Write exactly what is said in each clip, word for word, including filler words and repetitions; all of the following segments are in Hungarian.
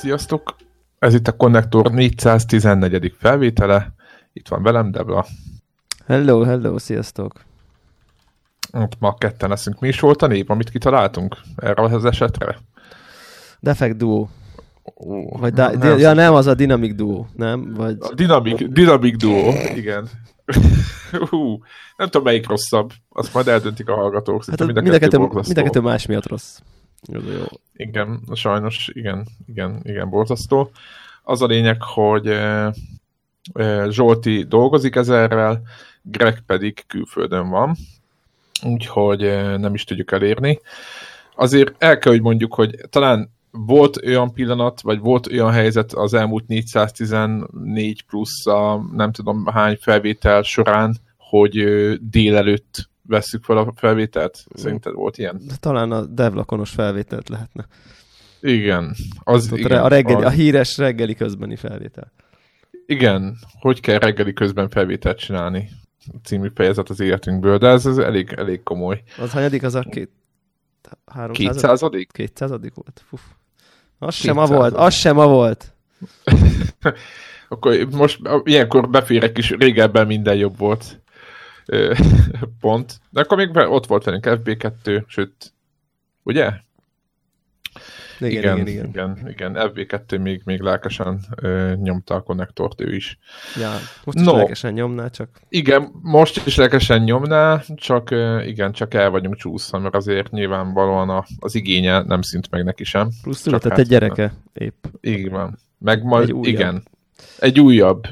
Sziasztok! Ez itt a Konnektor négyszáztizennegyedik felvétele. Itt van velem Debla. Hello, hello, sziasztok! Ma ketten leszünk. Mi is volt a név, amit kitaláltunk erre az esetre? Defect Duo. Ó, Vagy da- nem, ja, nem, az a Dynamic Duo, nem? Vagy... A Dynamic, Dynamic Duo, igen. Hú, nem tudom, melyik rosszabb. Azt majd eldöntik a hallgatók. Hát mind a kettő, mind a kettő más miatt rossz. Jó. Igen, sajnos, igen, igen, igen, borzasztó. Az a lényeg, hogy e, e, Zsolti dolgozik ezerrel, Greg pedig külföldön van, úgyhogy e, nem is tudjuk elérni. Azért el kell, hogy mondjuk, hogy talán volt olyan pillanat, vagy volt olyan helyzet az elmúlt négyszáztizennégy plusz a nem tudom hány felvétel során, hogy e, délelőtt vesszük fel a felvételt? Szerinted volt ilyen? Talán a devlakonos felvételt lehetne. Igen. Az, Ott igen a, reggeli, az... a híres reggeli közbeni felvétel. Igen. Hogy kell reggeli közben felvételt csinálni? Című fejezet az életünkből, de ez, ez elég, elég komoly. Az hanyadik? Az a két... kétszázadik? kétszázadik volt? Fuf. Az sem ma volt. Az sem ma volt. Akkor most ilyenkor beférek is, régebben minden jobb volt. Pont. De akkor még ott volt velünk ef bé kettő, sőt, ugye? Igen, igen, igen. igen. igen, igen. ef bé kettő még, még lelkesen ö, nyomta a konnektort ő is. Ja, most is no. lelkesen nyomná, csak... Igen, most is lelkesen nyomná, csak ö, igen, csak el vagyunk csúszva, mert azért nyilvánvalóan a, az igénye nem szűnt meg neki sem. Plusz született hát, egy gyereke, épp. Igen, meg majd, egy igen. Egy újabb.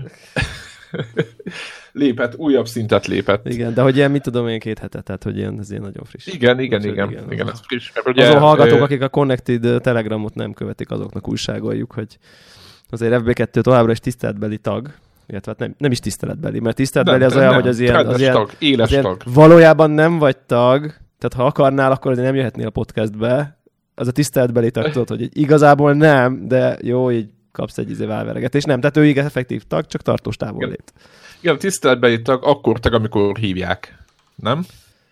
lépett, újabb szintet lépett. Igen, de hogy ilyen, mit tudom én, két hetet, tehát hogy ilyen, ez ilyen nagyon friss. Igen, igen, Úgy, igen, igen, igen, ez friss. Ugye, azon hallgatók, ö... akik a Connected Telegramot nem követik, azoknak újságoljuk, hogy azért ef bé kettő továbbra is tiszteletbeli tag, illetve hát nem, nem is tiszteletbeli, mert tiszteletbeli nem, az olyan, nem, hogy az ilyen, az ilyen, tag, éles az ilyen tag. Valójában nem vagy tag, tehát ha akarnál, akkor azért nem jöhetnél a podcastbe. Az a tiszteletbeli tag, tudod, hogy igazából nem, de jó, így kapsz egy izé válveregetést. Nem, tehát ő igen effektív tag, csak tartós távollét. Igen, tiszteletbeli tag akkor tag, amikor hívják. Nem?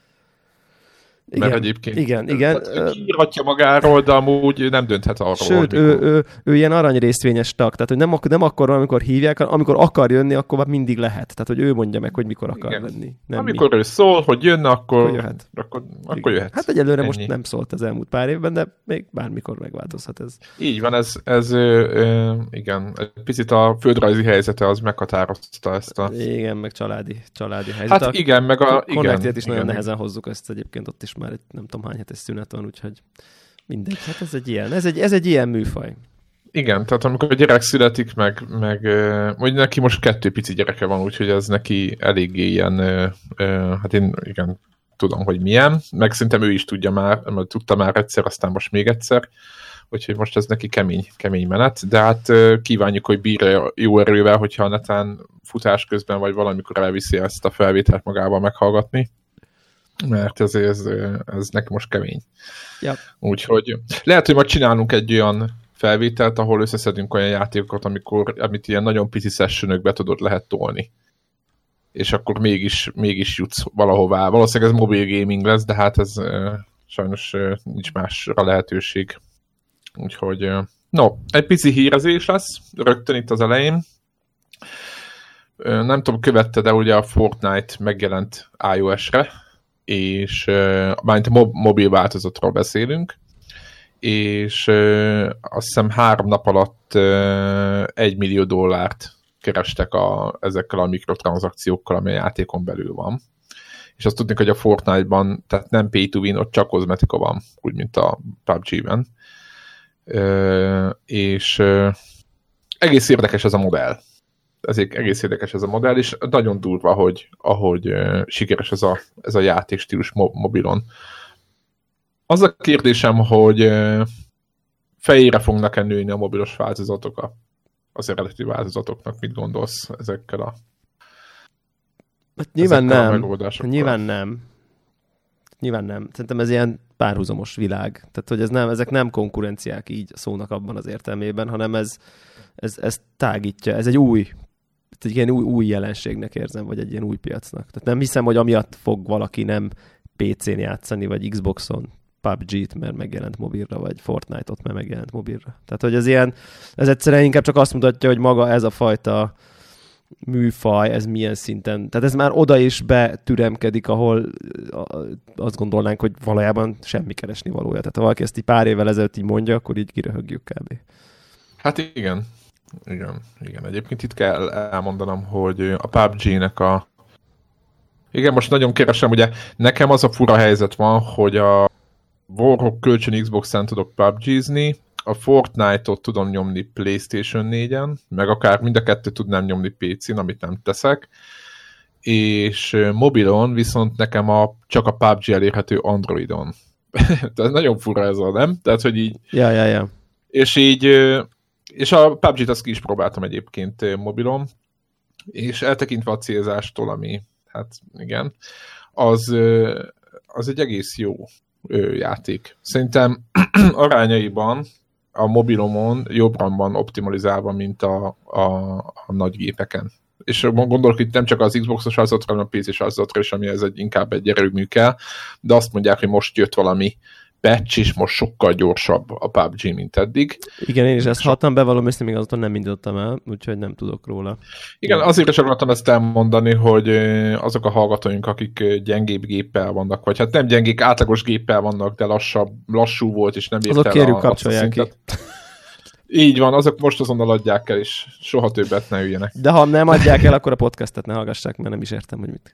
Igen, mert egyébként igen, igen. kiírhatja magáról, de amúgy nem dönthet arról. Sőt, ő, ő, ő ilyen aranyrészvényes tag, tehát hogy nem, ak- nem akkor, amikor hívják, hanem amikor akar jönni, akkor már mindig lehet. Tehát, hogy ő mondja meg, hogy mikor akar igen. lenni. Nem amikor mi. Ő szól, hogy jönne, akkor, akkor jöhet. Akkor, akkor jöhet. Hát egyelőre Ennyi. Most nem szólt az elmúlt pár évben, de még bármikor megváltozhat ez. Így van, ez, ez ö, ö, igen, egy picit a földrajzi helyzete az meghatározta ezt a... Igen, meg családi, családi helyzet. Hát igen, meg a... Connected is igen, nagyon igen. nehezen hozzuk ezt egyébként, ott is már egy nem tudom hány hetes szünet van, úgyhogy mindegy. Hát ez egy ilyen, ez egy, ez egy ilyen műfaj. Igen, tehát amikor a gyerek születik, meg, meg vagy neki most kettő pici gyereke van, úgyhogy ez neki eléggé ilyen, hát én igen, tudom, hogy milyen, meg szerintem ő is tudja már, mert tudta már egyszer, aztán most még egyszer, úgyhogy most ez neki kemény, kemény menet, de hát kívánjuk, hogy bírja jó erővel, hogyha netán futás közben, vagy valamikor elviszi ezt a felvételt magával meghallgatni. Mert ez, ez, ez neki most kemény. Yep. Úgyhogy lehet, hogy majd csinálunk egy olyan felvételt, ahol összeszedünk olyan játékokat, amikor, amit ilyen nagyon pici sessionökbe tudod lehet tolni. És akkor mégis, mégis jutsz valahová. Valószínűleg ez mobil gaming lesz, de hát ez uh, sajnos uh, nincs másra lehetőség. Úgyhogy, uh, no, egy pici hírezés lesz, rögtön itt az elején. Uh, nem tudom, követte, de ugye a Fortnite megjelent iOS-re, és uh, mármint a mob- mobil változatról beszélünk, és uh, azt hiszem három nap alatt uh, egy millió dollárt kerestek a, ezekkel a mikrotranszakciókkal, ami a játékon belül van. És azt tudni, hogy a Fortnite-ban, tehát nem pay to win, ott csak kozmetika van, úgy, mint a pé u bé gé-ben. Uh, és uh, egész érdekes ez a modell. Ezért egész érdekes ez a modell, és nagyon durva, hogy, ahogy uh, sikeres ez a, ez a játékstílus mo- mobilon. Az a kérdésem, hogy uh, fejére fognak-e nőni a mobilos változatok a, az eredeti változatoknak? Mit gondolsz ezekkel a hát nyilván nem. Nyilván nem. Nyilván nem. Szerintem ez ilyen párhuzamos világ. Tehát, hogy ez nem, ezek nem konkurenciák így szónak abban az értelmében, hanem ez, ez, ez tágítja. Ez egy új egy ilyen új, új jelenségnek érzem, vagy egy ilyen új piacnak. Tehát nem hiszem, hogy amiatt fog valaki nem pé cén játszani, vagy Xboxon, pé u bé gé-t, mert megjelent mobilra, vagy Fortnite-ot, mert megjelent mobilra. Tehát, hogy ez ilyen, ez egyszerűen inkább csak azt mutatja, hogy maga ez a fajta műfaj, ez milyen szinten, tehát ez már oda is betüremkedik, ahol azt gondolnánk, hogy valójában semmi keresni valója. Tehát ha valaki ezt így pár évvel ezelőtt így mondja, akkor így kiröhögjük kb. Hát igen. Igen, igen. Egyébként itt kell elmondanom, hogy a pé u bé gé-nek a... Igen, most nagyon keresem, ugye nekem az a fura helyzet van, hogy a Warhawk kölcsön Xbox-en tudok pé u bé gé-zni, a Fortnite-ot tudom nyomni PlayStation négyen, meg akár mind a kettőt tudnám nyomni pé cén, amit nem teszek, és mobilon viszont nekem a, csak a pé u bé gé elérhető Androidon. Tehát nagyon fura ez a, nem? Tehát, hogy így... Ja, ja, ja. És így... És a pé u bé gét azt ki is próbáltam egyébként mobilon, és eltekintve a célzástól, ami, hát igen, az, az egy egész jó játék. Szerintem arányaiban a mobilomon jobban van optimalizálva, mint a, a, a nagy gépeken. És gondolok itt nem csak az Xbox-os változatra, hanem a pé cés változatra is, ami ez egy, inkább egy erőmű kell, de azt mondják, hogy most jött valami patch, és most sokkal gyorsabb a pé u bé gé, mint eddig. Igen, én is ezt hattam, bevallom, és még azóta nem indítottam el, úgyhogy nem tudok róla. Igen, azért is akartam ezt elmondani, hogy azok a hallgatóink, akik gyengébb géppel vannak, vagy hát nem gyengék, átlagos géppel vannak, de lassabb, lassú volt, és nem érte el kérjük, a, kapcsolják ki. Így van, azok most azonnal adják el, és soha többet ne üljenek. De ha nem adják el, akkor a podcastet ne hallgassák, mert nem is értem, hogy mit.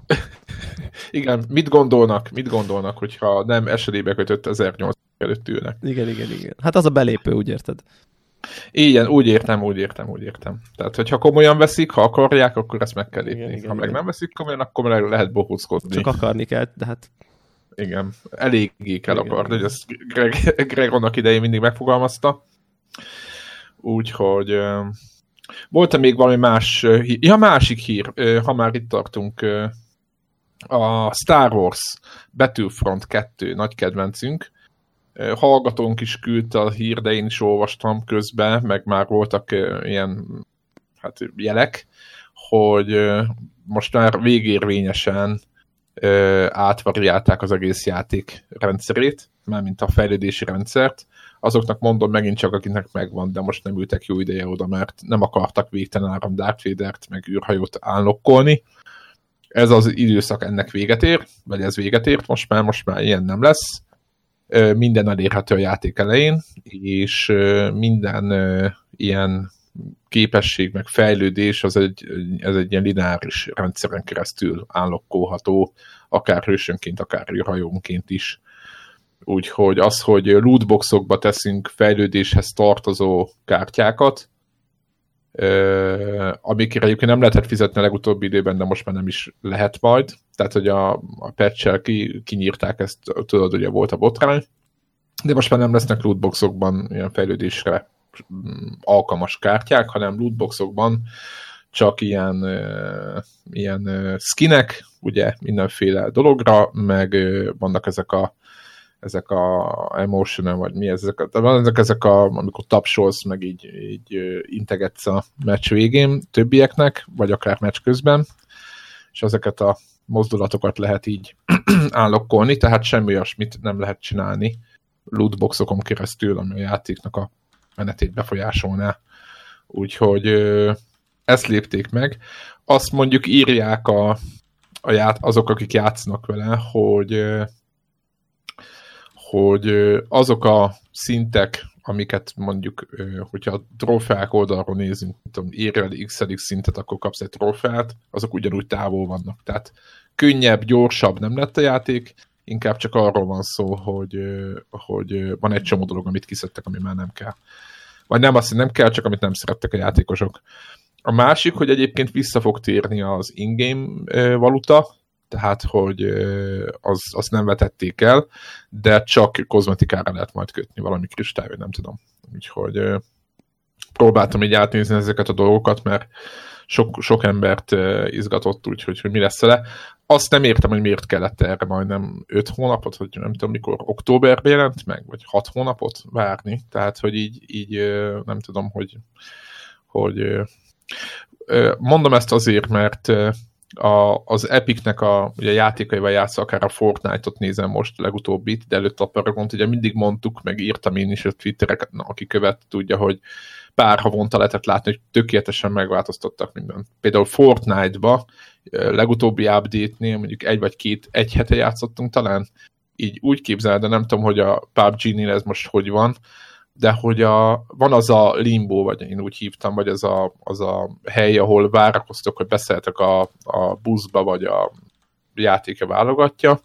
Igen, mit gondolnak, mit gondolnak, hogyha nem esedébe kötött ezernyolcvan előtt ülnek. Igen, igen, igen. Hát az a belépő, úgy érted? Igen, úgy értem, úgy értem, úgy értem. Tehát, hogyha komolyan veszik, ha akarják, akkor ezt meg kell lépni. Igen, igen, ha meg igen. nem veszik komolyan, akkor meg lehet bohózkodni. Csak akarni kell, de hát... Igen, eléggé kell akarni, hogy ezt Greg, Greg annak idején mindig megfogalmazta. Úgyhogy... Volt-e még valami más hír? Ja, másik hír, ha már itt tartunk. A Star Wars Battlefront kettő nagy kedvencünk. Hallgatónk is küldte a hír, de én is olvastam közben, meg már voltak ilyen hát, jelek, hogy most már végérvényesen átvariálták az egész játék rendszerét, mármint a fejlődési rendszert. Azoknak mondom megint csak, akiknek megvan, de most nem ültek jó ideje oda, mert nem akartak végtelen áram Darth Vadert, meg űrhajót állokkolni. Ez az időszak ennek véget ér, vagy ez véget ért, most már, most már ilyen nem lesz. Minden elérhető a játék elején, és minden ilyen képesség, meg fejlődés, az egy, ez egy ilyen lineáris rendszeren keresztül állokkolható, akár hősönként, akár űrhajónként is. Úgyhogy az, hogy lootboxokba teszünk fejlődéshez tartozó kártyákat, amikre egyébként nem lehetett fizetni a legutóbbi időben, de most már nem is lehet majd. Tehát, hogy a, a patch-el ki, kinyírták ezt, tudod, ugye volt a botrány, de most már nem lesznek lootboxokban ilyen fejlődésre alkalmas kártyák, hanem lootboxokban csak ilyen, ilyen skinek, ugye mindenféle dologra, meg vannak ezek a ezek a emotional, vagy mi ez, ezek, a, ezek, ezek a, amikor tapsolsz, meg így, így integetsz a meccs végén többieknek, vagy akár meccs közben, és ezeket a mozdulatokat lehet így állokkolni, tehát semmi olyasmit nem lehet csinálni lootboxokon keresztül, ami a játéknak a menetét befolyásolná. Úgyhogy ezt lépték meg. Azt mondjuk írják a, a ját, azok, akik játszanak vele, hogy hogy azok a szintek, amiket mondjuk, hogyha a trófeák oldalról nézünk, tudom, érj el x-edik szintet, akkor kapsz egy trófeát, azok ugyanúgy távol vannak. Tehát könnyebb, gyorsabb nem lett a játék, inkább csak arról van szó, hogy, hogy van egy csomó dolog, amit kiszedtek, ami már nem kell. Vagy nem azt, hogy nem kell, csak amit nem szerettek a játékosok. A másik, hogy egyébként vissza fog térni az in-game valuta, tehát, hogy az, azt nem vetették el, de csak kozmetikára lehet majd kötni valami kristály, vagy nem tudom. Úgyhogy próbáltam így átnézni ezeket a dolgokat, mert sok, sok embert izgatott, úgyhogy hogy mi lesz vele. Azt nem értem, hogy miért kellett erre majdnem öt hónapot, vagy nem tudom mikor, októberben jelent meg, vagy hat hónapot várni. Tehát, hogy így, így nem tudom, hogy, hogy mondom ezt azért, mert a, az Epicnek a ugye, játékaival játszol, akár a Fortnite-ot nézem most legutóbbit, de előtt a Paragont, ugye mindig mondtuk, meg írtam én is a Twitterek, aki követ, tudja, hogy pár havonta lehetett látni, hogy tökéletesen megváltoztattak mindent. Például Fortnite-ba legutóbbi update-nél mondjuk egy vagy két, egy hete játszottunk talán, így úgy képzel, de nem tudom, hogy a pé u bé gé-nél ez most hogy van, de hogy a, van az a limbo, vagy én úgy hívtam, vagy az a, az a hely, ahol várakoztok, hogy beszéltek a, a buszba, vagy a játéka válogatja,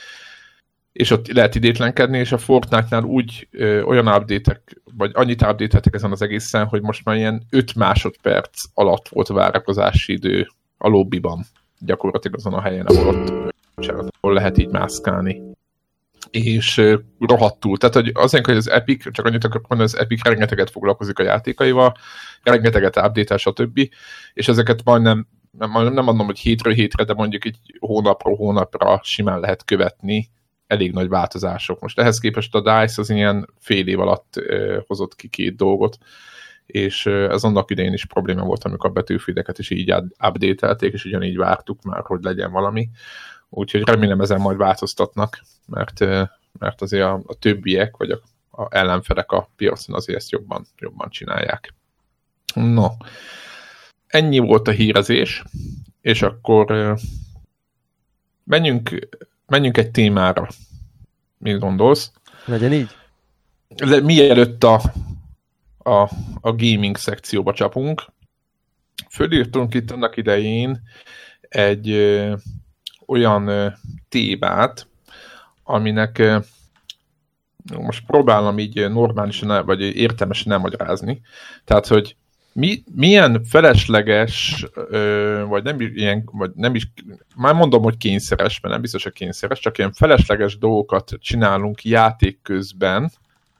és ott lehet idétlenkedni, és a Fortnite-nál úgy ö, olyan update-ek, vagy annyit update-etek ezen az egészen, hogy most már ilyen öt másodperc alatt volt várakozási idő a lobbyban, gyakorlatilag azon a helyen, ahol ott bocsánat, ahol lehet így mászkálni. És uh, rohadtul. Tehát hogy azért, hogy az Epic, csak annyit akarok mondani, az Epic rengeteget foglalkozik a játékaival, rengeteget update-el, stb. És ezeket majdnem, nem, nem mondom, hogy hétről hétre, de mondjuk egy hónapról hónapra simán lehet követni elég nagy változások. Most ehhez képest a DICE az ilyen fél év alatt uh, hozott ki két dolgot, és uh, ez annak idején is probléma volt, amikor a Battlefieldeket is így update-elték, és ugyanígy vártuk már, hogy legyen valami. Úgyhogy remélem ezen majd változtatnak, mert, mert azért a, a többiek, vagy a, a ellenfelek a piacon azért ezt jobban, jobban csinálják. No, ennyi volt a hírezés, és akkor menjünk, menjünk egy témára. Mit gondolsz? Legyen így. De mielőtt a, a, a gaming szekcióba csapunk, fölírtunk itt annak idején egy olyan ö, témát, aminek ö, most próbálom így normálisan, vagy értelmesen elmagyarázni. Tehát, hogy mi, milyen felesleges, ö, vagy nem ilyen, vagy nem is, már mondom, hogy kényszeres, mert nem biztos, hogy kényszeres, csak ilyen felesleges dolgokat csinálunk játék közben,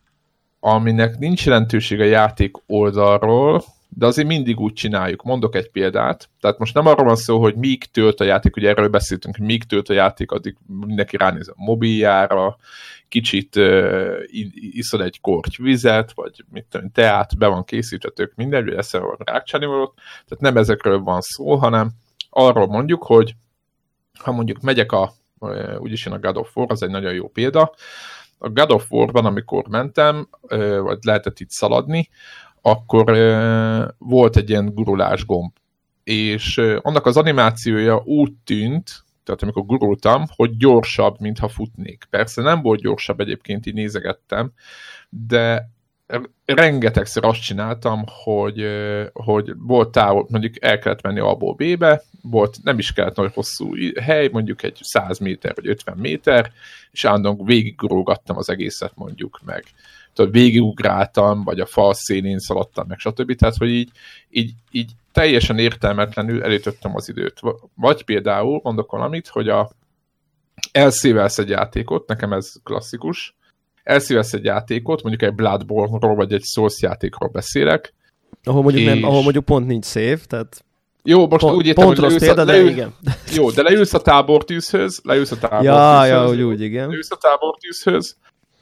aminek nincs jelentőség a játék oldalról, de azért mindig úgy csináljuk. Mondok egy példát. Tehát most nem arról van szó, hogy míg tölt a játék, ugye erről beszéltünk, hogy míg tölt a játék, addig mindenki ránéz a mobiljára, kicsit uh, iszol egy korty vizet, vagy mit tudom, teát, be van készítve, tök minden, vagy eszembe van rákcsálni valót. Tehát nem ezekről van szó, hanem arról mondjuk, hogy ha mondjuk megyek a, úgyis én a God of War, az egy nagyon jó példa. A God of War-ban, amikor mentem, vagy lehetett itt szaladni, akkor uh, volt egy ilyen gurulás gomb. És uh, annak az animációja úgy tűnt, tehát amikor gurultam, hogy gyorsabb, mintha futnék. Persze nem volt gyorsabb, egyébként így nézegettem, de rengetegszer azt csináltam, hogy, uh, hogy volt távol, mondjuk el kellett menni A-ból B-be, volt, nem is kellett nagy hosszú hely, mondjuk egy száz méter vagy ötven méter, és állandóan végiggurulgattam az egészet mondjuk meg. Tehát végigugráltam, vagy a fal szélén szaladtam, meg stb. Tehát, hogy így, így, így teljesen értelmetlenül elütöttem az időt. Vagy például mondok valamit, hogy a elszívelsz egy játékot, nekem ez klasszikus, elszívelsz egy játékot, mondjuk egy Bloodborne-ról, vagy egy Souls játékról beszélek. Ahol mondjuk, és... nem, ahol mondjuk pont nincs save, tehát... Jó, most pont, úgy értem, pont hogy leülsz, példa, a, de leül... igen. Jó, de leülsz a tábortűzhöz, leülsz a tábortűzhöz. Ja, ja, úgy, úgy, igen. Leülsz a tábortűzhöz,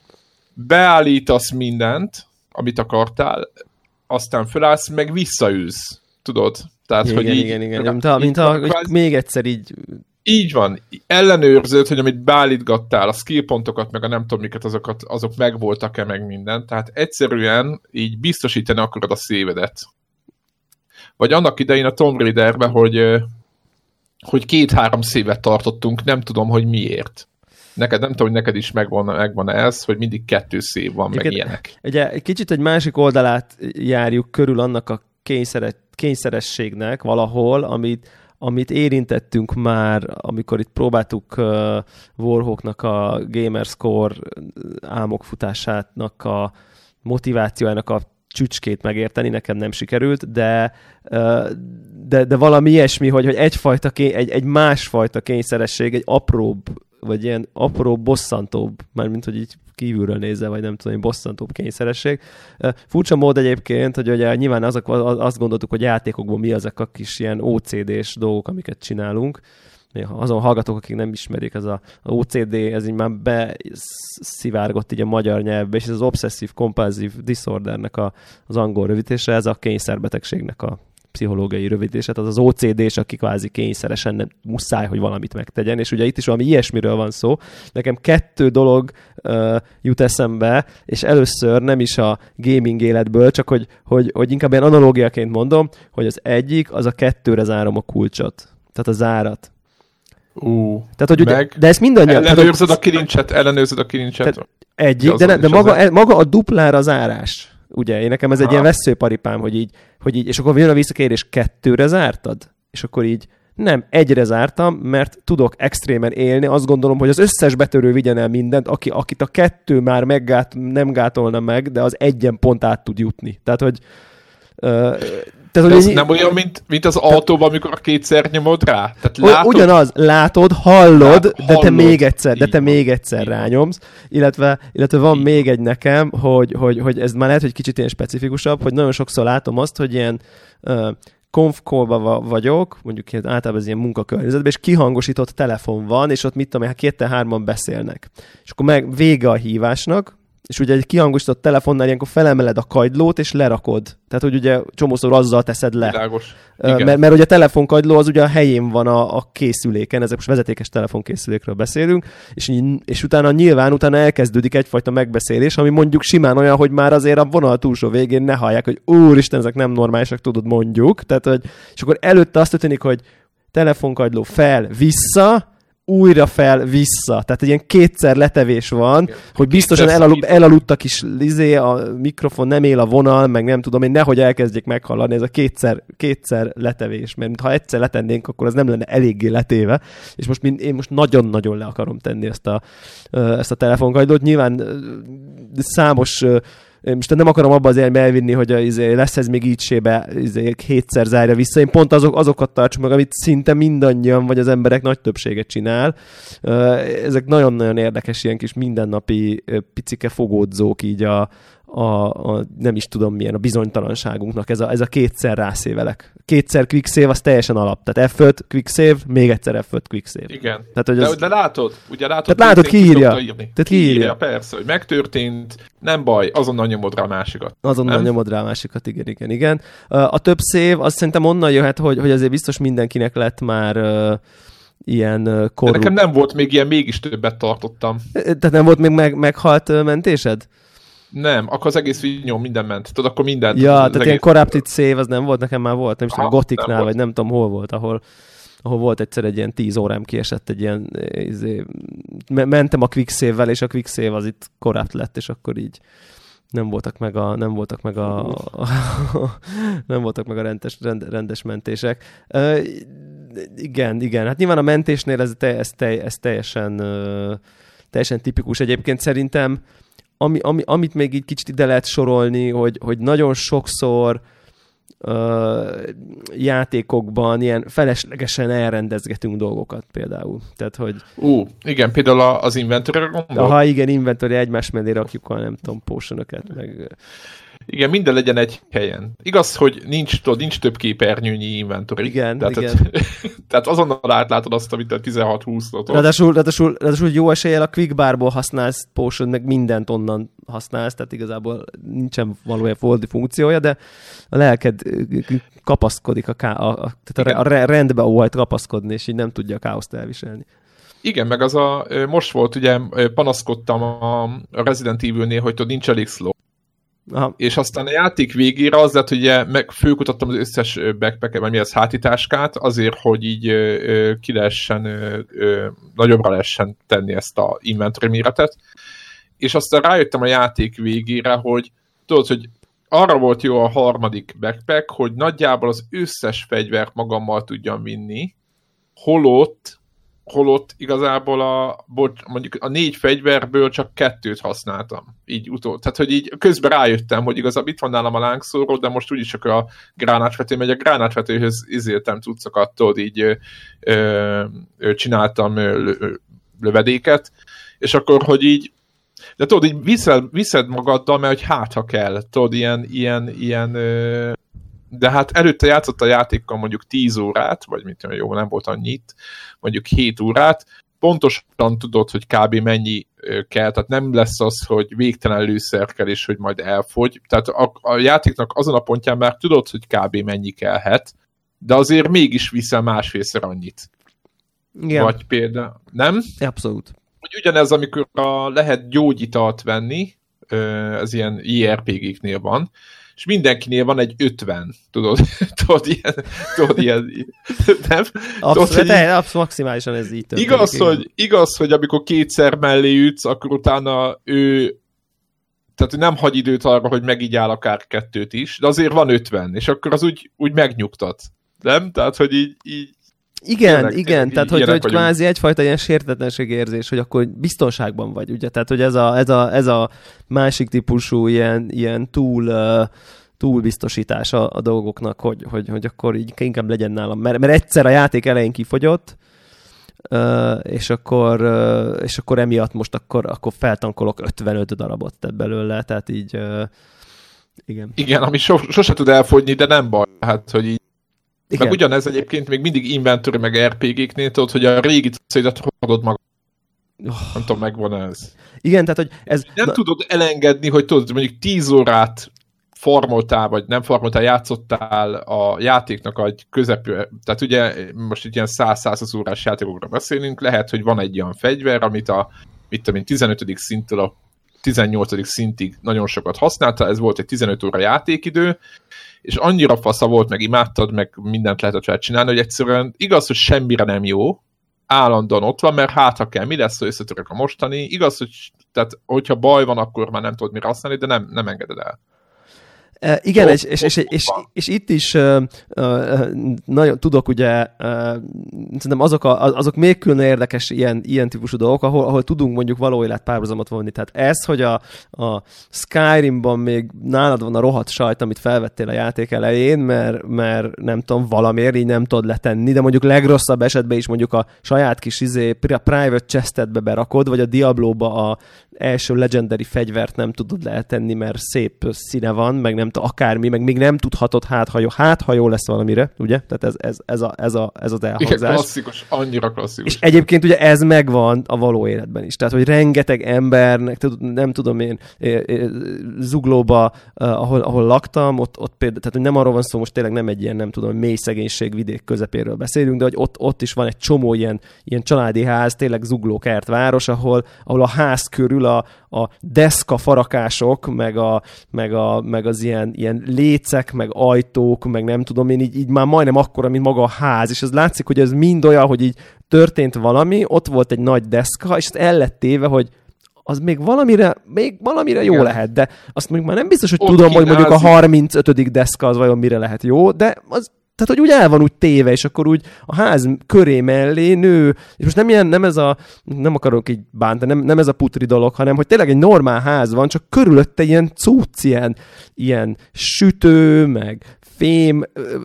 beállítasz mindent, amit akartál, aztán fölállsz, meg visszaülsz. Tudod? Tehát, igen, hogy így, igen, igen. Mint ha, mint ha kvázi, még egyszer így... Így van. Ellenőrzöd, hogy amit beállítgattál, a skillpontokat, meg a nem tudom miket, azokat, azok megvoltak-e, meg minden. Tehát egyszerűen így biztosítani akarod a szévedet. Vagy annak idején a Tomb Raiderben, hogy, hogy két-három szévet tartottunk, nem tudom, hogy miért. Neked, nem tudom, hogy neked is megvan, megvan ez, hogy mindig kettő szév van, meg ilyenek. Ugye egy kicsit egy másik oldalát járjuk körül annak a kényszere, kényszerességnek valahol, amit, amit érintettünk már, amikor itt próbáltuk uh, Warhawknak a Gamerscore álmokfutásának a motivációjának a csücskét megérteni, nekem nem sikerült, de, de, de valami ilyesmi, hogy, hogy egyfajta, egy, egy másfajta kényszeresség, egy apróbb, vagy ilyen apró, bosszantóbb, mármint, hogy így kívülről nézve, vagy nem tudom, bosszantóbb kényszeresség. Furcsa mód egyébként, hogy ugye nyilván azok, azt gondoltuk, hogy játékokban mi azok a kis ilyen o cé dés dolgok, amiket csinálunk. Azon hallgatók, akik nem ismerik, ez a, a o cé dé, ez így már beszivárgott így a magyar nyelvbe, és ez az Obsessive Compulsive Disordernek a, az angol rövidítése, ez a kényszerbetegségnek a pszichológiai rövidítéset, az az o cé dés, aki kvázi kényszeresen nem, muszáj, hogy valamit megtegyen, és ugye itt is valami ilyesmiről van szó. Nekem kettő dolog uh, jut eszembe, és először nem is a gaming életből, csak hogy, hogy, hogy inkább ilyen analógiaként mondom, hogy az egyik, az a kettőre zárom a kulcsot. Tehát a zárat. Uh, tehát, hogy ugye, de ezt mindannyian... Ellenőrzöd tehát, a kilincset, ellenőrzöd a kilincset. Egyik, de, ne, de maga, maga a duplára zárás. Ugye, én nekem ez Aha. egy ilyen veszőparipám, hogy így, hogy így, és akkor jön a visszakérés, kettőre zártad? És akkor így, nem, egyre zártam, mert tudok extrémen élni, azt gondolom, hogy az összes betörő vigyen el mindent, aki, akit a kettő már meggát, nem gátolna meg, de az egyen pont át tud jutni. Tehát, hogy... Uh, Tehát, ez hogy nem olyan, mint, mint az autóban, amikor kétszer nyomod rá? Tehát látod, ugyanaz, látod, hallod, lát, de hallod, te még egyszer, de te még egyszer rányomsz, illetve, illetve van így. Még egy nekem, hogy, hogy, hogy ez már lehet, hogy kicsit ilyen specifikusabb, hogy nagyon sokszor látom azt, hogy ilyen uh, conf call-ba vagyok, mondjuk ilyen, általában ez ilyen munkakörnyezetben, és kihangosított telefon van, és ott mit tudom én, ketten-hárman beszélnek. És akkor meg vége a hívásnak, és ugye egy kihangosított telefonnál ilyenkor felemeled a kagylót, és lerakod. Tehát, hogy ugye csomószor azzal teszed le. Világos. Mert, mert ugye a telefonkagyló az ugye a helyén van a, a készüléken, ezek most vezetékes telefonkészülékről beszélünk, és, és utána nyilván utána elkezdődik egyfajta megbeszélés, ami mondjuk simán olyan, hogy már azért a vonal túlsó végén ne hallják, hogy úristen, ezek nem normálisak, tudod, mondjuk. Tehát, hogy, és akkor előtte azt történik, hogy telefonkagyló fel, vissza, újra fel, vissza. Tehát egy ilyen kétszer letevés van, igen. Hogy biztosan elaludt, elaludtak is, izé, a mikrofon nem él a vonal, meg nem tudom én, nehogy elkezdjék meghallani, ez a kétszer, kétszer letevés, mert ha egyszer letennénk, akkor az nem lenne eléggé letéve, és most én most nagyon-nagyon le akarom tenni ezt a, ezt a telefonkagylót. Nyilván számos most nem akarom abba az élme elvinni, hogy a, izé, lesz ez még így sébe izé, hétszer zárja vissza. Én pont azok, azokat tartsuk meg, amit szinte mindannyian, vagy az emberek nagy többséget csinál. Ezek nagyon-nagyon érdekes ilyen kis mindennapi picike fogódzók így a, a, a nem is tudom milyen, a bizonytalanságunknak. Ez a, ez a kétszer rászévelek. Kétszer quick save, az teljesen alap. Tehát ef öt quick save, még egyszer ef öt quick save. Igen. Tehát, hogy de, az... de látod, ugye látod, tehát látod, kiírja. Tehát kiírja. Persze, hogy megtörtént, nem baj, azonnal nyomod rá a másikat. Azonnal nem? nyomod rá a másikat, igen, igen, igen. A több save, azt szerintem onnan jöhet, hogy, hogy azért biztos mindenkinek lett már uh, ilyen korrupt. De nekem nem volt még ilyen, mégis többet tartottam. Tehát nem volt még meg, meghalt mentésed? Nem, akkor az egész videón minden ment. Tudod, akkor minden. Ja, tehát egész... ilyen corrupted save, az nem volt, nekem már volt, nem is tudom, Gothicnál, vagy nem tudom, hol volt, ahol, ahol volt egyszer egy ilyen tíz órám kiesett, egy ilyen, izé, mentem a quick save-vel, és a quick save az itt corrupt lett, és akkor így nem voltak meg a, nem voltak meg a, a, a nem voltak meg a rendes, rend, rendes mentések. Uh, igen, igen, hát nyilván a mentésnél ez, ez, ez teljesen, uh, teljesen tipikus. Egyébként szerintem Ami, ami, amit még így kicsit ide lehet sorolni, hogy, hogy nagyon sokszor uh, játékokban ilyen feleslegesen elrendezgetünk dolgokat például. Tehát, hogy... Ú, uh, igen, például az inventory-ra gondolok. Aha, igen, inventory, egymás mellé rakjuk a nem tudom, potionokat, meg... Igen, minden legyen egy helyen. Igaz, hogy nincs, tudod, nincs több képernyőnyi inventory. Igen, tehát, igen. Tehát azonnal átlátod azt, amit a tizenhat húsz-ot. Ráadásul, ráadásul, ráadásul jó eséllyel a quick barból használsz potion, meg mindent onnan használsz, tehát igazából nincsen valójában foldi funkciója, de a lelked kapaszkodik, a, ká- a, a, tehát a, a rendbe óhajt kapaszkodni, és így nem tudja a káoszt elviselni. Igen, meg az a, most volt, ugye panaszkodtam a, a Resident Evil-nél, hogy tudod, nincs elég slow. Aha. És aztán a játék végére az lett, hogy ugye meg fölkutattam az összes backpacket, vagy mi az hátitáskát, azért, hogy így ö, ki lehessen, ö, ö, nagyobbra lehessen tenni ezt a inventory méretet. És aztán rájöttem a játék végére, hogy tudod, hogy arra volt jó a harmadik backpack, hogy nagyjából az összes fegyvert magammal tudjam vinni, holott holott igazából a, mondjuk a négy fegyverből csak kettőt használtam. Így utol. Tehát, hogy így közben rájöttem, hogy igazából itt van nálam a lángszóró, de most úgyis csak a gránátvető megy. A gránátvetőhöz izéltem cuccokat, tudod, így ö, ö, csináltam ö, lövedéket, és akkor, hogy így de tudod, így viszed, viszed magaddal, mert hogy hát, ha kell, tudod, ilyen, ilyen, ilyen ö, de hát előtte játszott a játékkal mondjuk tíz órát, vagy mit tudom, jó, nem volt annyit, mondjuk hét órát, pontosan tudod, hogy kb. Mennyi kell, tehát nem lesz az, hogy végtelen lőszer kell, és hogy majd elfogy. Tehát a, a játéknak azon a pontján már tudod, hogy kb. Mennyi kellhet, de azért mégis viszel másfélszer annyit. Igen. Vagy például, nem? Abszolút. Hogy ugyanez, amikor a, lehet gyógyitalt venni, ez ilyen i er pé gé-knél van, és mindenkinél van egy ötven, tudod, tudod, ilyen, tudod, ilyen, nem? Abszolút, tudod, de absz- maximálisan ez így történik. Igaz, hogy, igaz, hogy amikor kétszer mellé ütsz, akkor utána ő, tehát nem hagy időt arra, hogy megigyál akár kettőt is, de azért van ötven, és akkor az úgy, úgy megnyugtat, nem? Tehát, hogy így, így igen, tényleg, igen, tényleg, tehát hogy, hogy kvázi egyfajta ilyen sértetlenségérzés, hogy akkor biztonságban vagy, ugye, tehát hogy ez a, ez a, ez a másik típusú ilyen, ilyen túl, uh, túlbiztosítás a, a dolgoknak, hogy, hogy, hogy akkor így inkább legyen nálam, mert, mert egyszer a játék elején kifogyott, uh, és, akkor, uh, és akkor emiatt most akkor, akkor feltankolok ötvenöt darabot tett belőle, tehát így uh, igen. Igen, ami so, sose tud elfogyni, de nem baj, hát, hogy így igen. Meg ugyanez egyébként még mindig inventory meg er pé gé-knél, tudod, hogy a régi cédet hordod magad. Oh. Nem tudom, megvan ez. Igen, tehát, hogy ez... Nem na... tudod elengedni, hogy tudod, mondjuk tíz órát farmoltál, vagy nem farmoltál, játszottál a játéknak egy közepű, tehát ugye most itt ilyen száz-százhúsz órás játékokra beszélünk, lehet, hogy van egy olyan fegyver, amit a mit tudom én, tizenötödik szinttől a tizennyolcadik szintig nagyon sokat használta, ez volt egy tizenöt óra játékidő, és annyira fasza volt, meg imádtad, meg mindent lehetett vele csinálni, hogy egyszerűen igaz, hogy semmire nem jó, állandóan ott van, mert hát ha kell, mi lesz, hogy összetörök a mostani, igaz, hogy tehát, hogyha baj van, akkor már nem tudod mire használni, de nem, nem engeded el. Uh, igen, és, és, és, és, és itt is uh, uh, nagyon tudok ugye, uh, szerintem azok, a, azok még külön érdekes ilyen, ilyen típusú dolgok, ahol, ahol tudunk mondjuk való élet párhuzamot vonni. Tehát ez, hogy a, a Skyrimban még nálad van a rohadt sajt, amit felvettél a játék elején, mert, mert nem tudom, valamiért így nem tudod letenni, de mondjuk legrosszabb esetben is mondjuk a saját kis izé, private chestedbe berakod, vagy a Diablo-ba a első legendary fegyvert nem tudod letenni, mert szép színe van, meg nem tudom, akármi, meg még nem tudhatod, hát ha jó, hát, ha jó lesz valamire, ugye? Tehát ez, ez, ez, a, ez, a, ez az elhangzás. Igen, klasszikus, annyira klasszikus. És egyébként ugye ez megvan a való életben is. Tehát, hogy rengeteg embernek, nem tudom én, Zuglóba, ahol, ahol laktam, ott, ott például, tehát hogy nem arról van szó, most tényleg nem egy ilyen, nem tudom, mély szegénység vidék közepéről beszélünk, de hogy ott, ott is van egy csomó ilyen, ilyen családi ház, tényleg Zugló kertváros, ahol, ahol a ház körül a, a deszka farakások, meg, a, meg, a, meg az ilyen, ilyen lécek, meg ajtók, meg nem tudom én, így, így már majdnem akkora, mint maga a ház, és ez látszik, hogy ez mind olyan, hogy így történt valami, ott volt egy nagy deszka, és el lett téve, hogy az még valamire, még valamire jó igen. lehet, de azt még már nem biztos, hogy ott tudom, hogy mondjuk a harmincötödik deszka az vajon mire lehet jó, de az tehát, hogy úgy el van úgy téve, és akkor úgy a ház köré mellé nő, és most nem ilyen, nem ez a, nem akarok így bántani, nem, nem ez a putri dolog, hanem, hogy tényleg egy normál ház van, csak körülötte ilyen cucc, ilyen, ilyen sütő, meg fém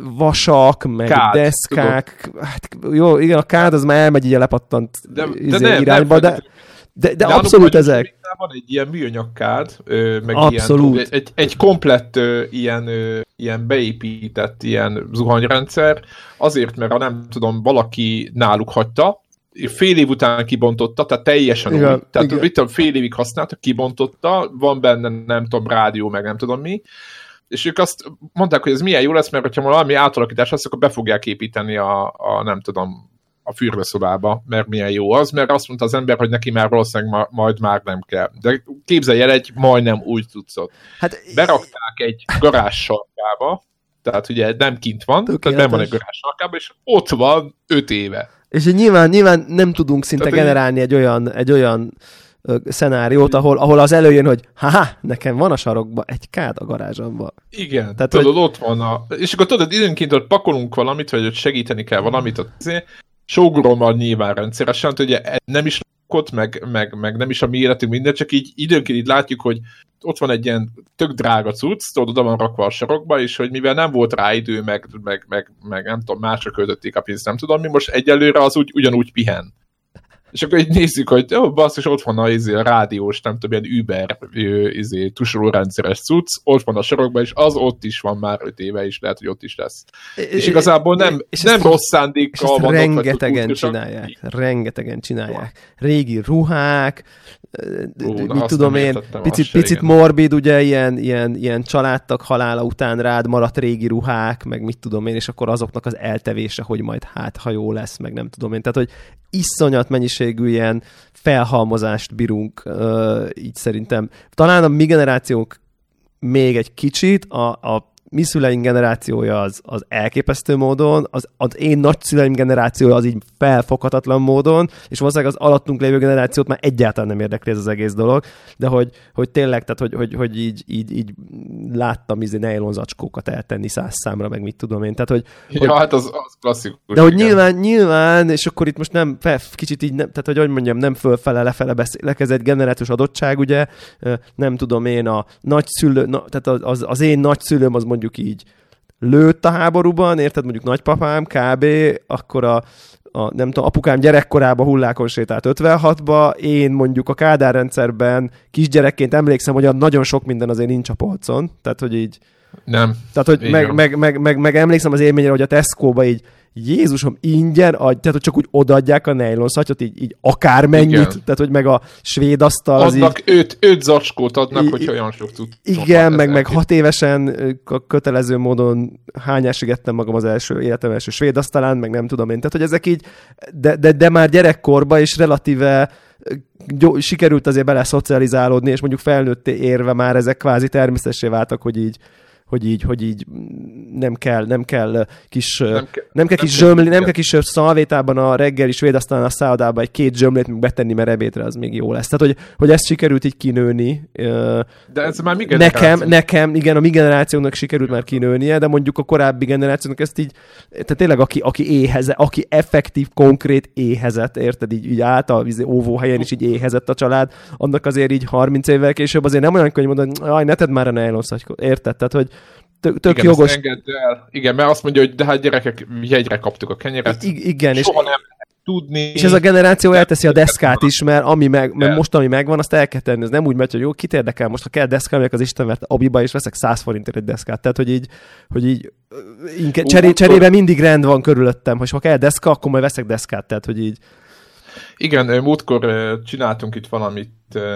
vasak, meg kád, deszkák. Hát, jó, igen, a kád az már elmegy így a lepattant de, de nem, irányba, nem, de... De, de abszolút ezek. Van egy ilyen műanyagkád, meg abszolút. Ilyen, egy, egy komplett ilyen, ilyen beépített ilyen zuhanyrendszer, azért, mert ha nem tudom, valaki náluk hagyta, fél év után kibontotta, tehát teljesen igen, új. Tehát igen. Mit tudom, fél évig használta, kibontotta, van benne nem tudom, rádió, meg nem tudom mi, és ők azt mondták, hogy ez milyen jó lesz, mert ha valami átalakítás lesz, akkor be fogják építeni a, a nem tudom, a fürdőszobába, mert milyen jó az, mert azt mondta az ember, hogy neki már valószínűleg ma, majd már nem kell. De képzelj el egy majdnem új cuccot. Hát, berakták egy garázs sarkába, tehát ugye nem kint van, tökéletes. Tehát nem van egy garázs sarkába, és ott van öt éve. És nyilván, nyilván nem tudunk szinte tehát generálni egy olyan, egy olyan ö, szenáriót, ahol, ahol az előjön, hogy haha, nekem van a sarokba egy kád a garázsomba. Igen, tehát, tudod, hogy... ott van a... És akkor tudod, időnként ott pakolunk valamit, vagy ott segíteni kell valamit, ott azért sógorommal nyilván rendszeresen, ugye nem is lakott, meg, meg, meg nem is a mi életünk minden, csak így időnként így látjuk, hogy ott van egy ilyen tök drága cucc, tudod, oda van rakva a sarokba, és hogy mivel nem volt rá idő, meg, meg, meg, meg nem tudom, másra költötték a pénzt, nem tudom mi, most egyelőre az úgy, ugyanúgy pihen. És akkor így nézzük, hogy ó, basszus, ott van a, izé, a rádiós, nem tudom, ilyen Uber izé, tusolórendszeres cucc, ott van a sorokban, és az ott is van már öt éve, és lehet, hogy ott is lesz. És, és igazából nem, és nem rossz szándékkal vannak. Rengetegen csinálják. Így. Rengetegen csinálják. Régi ruhák, Ó, mit tudom én, picit, picit morbid, ugye, ilyen, ilyen, ilyen családtag halála után rád maradt régi ruhák, meg mit tudom én, és akkor azoknak az eltevése, hogy majd hát, ha jó lesz, meg nem tudom én. Tehát, hogy iszonyat mennyiségű ilyen felhalmozást bírunk, uh, így szerintem. Talán a mi generációnk még egy kicsit, a, a mi szüleink generációja az, az elképesztő módon, az, az én nagyszüleim generációja az így felfoghatatlan módon, és valószínűleg az alattunk lévő generációt már egyáltalán nem érdekli ez az egész dolog, de hogy, hogy tényleg, tehát hogy, hogy, hogy így, így, így láttam ízni nejlon zacskókat eltenni száz számra, meg mit tudom én. Tehát, hogy, ja, hogy, hát az, az klasszikus. De hogy nyilván, nyilván, és akkor itt most nem, fel, kicsit így, nem, tehát hogy hogy mondjam, nem fölfele, lefele beszélek, ez egy generációs adottság, ugye, nem tudom én, a nagyszülő, na, tehát az, az én nagyszülőm az mondjuk így lőtt a háborúban, érted, mondjuk nagypapám kb. Akkor a, a nem tudom, apukám gyerekkorában hullákon sétált ötvenhatba, én mondjuk a Kádár rendszerben kisgyerekként emlékszem, hogy nagyon sok minden azért nincs a polcon, tehát hogy így nem. Tehát, hogy meg, meg, meg, meg, meg emlékszem az élményre, hogy a Tesco-ba így Jézusom, ingyen, adj, tehát hogy csak úgy odaadják a nejlon szatyot, így, így akármennyit, igen. Tehát hogy meg a svéd asztal az adnak így, öt, öt zacskót adnak, hogy olyan sok tud. Igen, meg, meg hat évesen kötelező módon hányásigettem magam az első életem első svéd asztalán, meg nem tudom én. Tehát, hogy ezek így, de, de, de már gyerekkorban is relatíve gyó, sikerült azért bele szocializálódni, és mondjuk felnőtté érve már ezek kvázi természetessé váltak, hogy így hogy így, hogy így nem kell, nem kell kis, nem ke, nem kell kis, nem zsömli, nem kell kis szalvétában a reggeli svéd asztalán a szállodába egy két zsömlét még betenni, mert ebédre az még jó lesz. Tehát, hogy, hogy ezt sikerült így kinőni. De ez már mi Nekem, nekem, igen, a mi generációnak sikerült már kinőnie, de mondjuk a korábbi generációnak ezt így, tehát tényleg aki, aki éhezett, aki effektív, konkrét éhezett, érted, így, így állt a óvóhelyen is így éhezett a család, annak azért így harminc évvel később azért nem olyan könnyű mondani, jaj, ne tedd már a nejlon szatykot, érted? Tehát, hogy Tök, tök igen, jogos. El. Igen, mert azt mondja, hogy de hát gyerekek, jegyre kaptuk a kenyeret. I- igen, soha és, nem tudni. És ez a generáció elteszi a deszkát is, mert, ami meg, mert most, ami megvan, azt el kell tenni. Ez nem úgy megy, hogy jó, kit érdekel most, ha kell deszka, megyek az Isten, mert abiba is veszek száz forintért egy deszkát. Tehát, hogy így, hogy így inkább, cseré, cserébe mindig rend van körülöttem, hogy ha kell deszka, akkor majd veszek deszkát. Tehát, hogy így. Igen, múltkor csináltunk itt valamit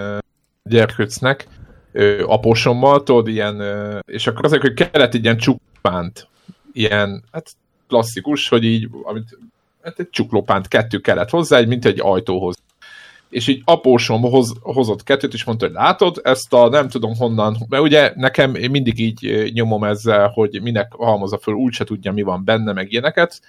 gyerkőcnek, apósommal, tudod, ilyen, és akkor azért, hogy kellett egy ilyen csuklópánt, ilyen, hát klasszikus, hogy így, amit, hát egy csuklópánt, kettő kellett hozzá, egy, mint egy ajtóhoz. És így apósom hoz, hozott kettőt, és mondta, hogy látod, ezt a nem tudom honnan, mert ugye nekem én mindig így nyomom ezzel, hogy minek halmozza föl, úgyse tudja, mi van benne, meg ilyeneket,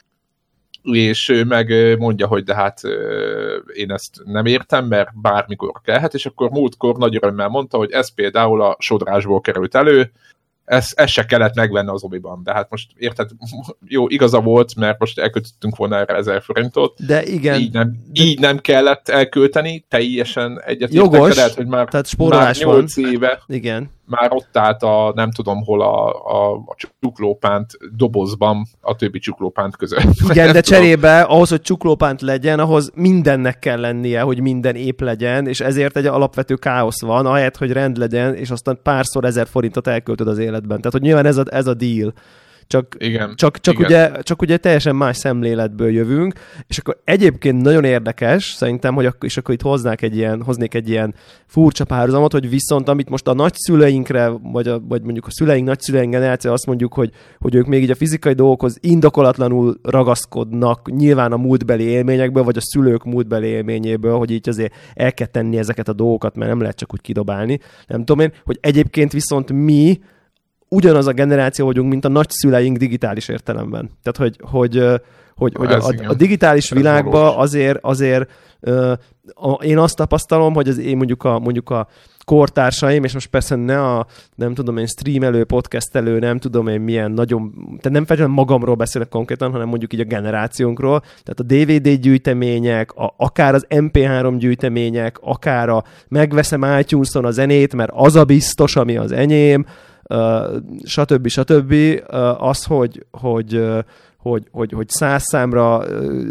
és ő meg mondja, hogy de hát én ezt nem értem, mert bármikor kellhet, és akkor múltkor nagy örömmel mondta, hogy ez például a sodrásból került elő, ez, ez se kellett megvenni az obiban. De hát most érted, jó, igaza volt, mert most elkötöttünk volna erre ezer forintot. De igen. Így nem, de... így nem kellett elkölteni, teljesen egyet jogos, értek, hogy már, tehát már nyolc éve igen. már ott állt a, nem tudom hol a, a, a csuklópánt dobozban a többi csuklópánt között. Igen, de cserébe ahhoz, hogy csuklópánt legyen, ahhoz mindennek kell lennie, hogy minden épp legyen, és ezért egy alapvető káosz van, ahelyett, hogy rend legyen, és aztán párszor ezer forintot elköltöd az életben. Tehát, hogy nyilván ez a, ez a deal. Csak, igen, csak, csak, igen. Ugye, csak ugye teljesen más szemléletből jövünk, és akkor egyébként nagyon érdekes, szerintem, hogy akkor, és akkor itt hoznák egy ilyen, hoznék egy ilyen furcsa párhuzamot, hogy viszont amit most a nagyszüleinkre, vagy, a, vagy mondjuk a szüleink, nagyszüleink generáció azt mondjuk, hogy, hogy ők még így a fizikai dolgokhoz indokolatlanul ragaszkodnak, nyilván a múltbeli élményekből, vagy a szülők múltbeli élményéből, hogy így azért el kell tenni ezeket a dolgokat, mert nem lehet csak úgy kidobálni. Nem tudom én, hogy egyébként viszont mi ugyanaz a generáció vagyunk, mint a nagyszüleink digitális értelemben. Tehát, hogy, hogy, hogy, hogy a, a digitális világban azért, azért uh, a, én azt tapasztalom, hogy az én mondjuk a, mondjuk a kortársaim, és most persze ne a, nem tudom én, streamelő, podcastelő, nem tudom én milyen nagyon, tehát nem feltétlenül magamról beszélek konkrétan, hanem mondjuk így a generációnkról, tehát a dé vé dé gyűjtemények, a, akár az em pé három gyűjtemények, akár a megveszem iTunes-on a zenét, mert az a biztos, ami az enyém, Uh, stb. stb. Uh, az, hogy, hogy, uh, hogy, hogy, hogy száz számra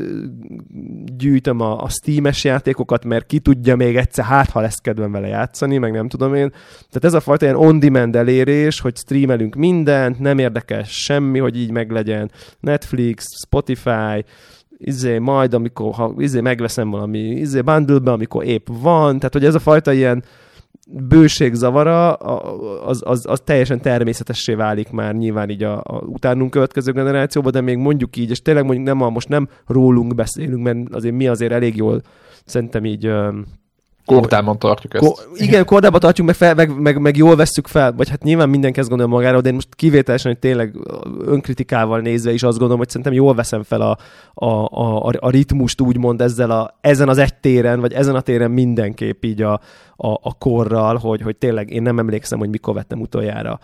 gyűjtöm a, a Steam-es játékokat, mert ki tudja még egyszer, hát ha lesz kedvem vele játszani, meg nem tudom én. Tehát ez a fajta ilyen on-demand elérés, hogy streamelünk mindent, nem érdekel semmi, hogy így meglegyen. Netflix, Spotify, izé, majd amikor ha izé megveszem valami izé bundle-be, amikor épp van, tehát hogy ez a fajta ilyen bőség zavara, az, az, az teljesen természetessé válik már nyilván így a, a utánunk következő generációban, de még mondjuk így, és tényleg mondjuk nem a, most nem rólunk beszélünk, mert azért mi azért elég jól szerintem így kordában tartjuk ezt. Ko- igen, kordában tartjuk, meg, fel, meg, meg, meg jól vesszük fel, vagy hát nyilván mindenki ezt gondol magára, de én most kivételesen, hogy tényleg önkritikával nézve is azt gondolom, hogy szerintem jól veszem fel a, a, a, a ritmust úgymond ezzel a, ezen az egy téren, vagy ezen a téren mindenképp így a, a, a korral, hogy, hogy tényleg én nem emlékszem, hogy mikor vettem utoljára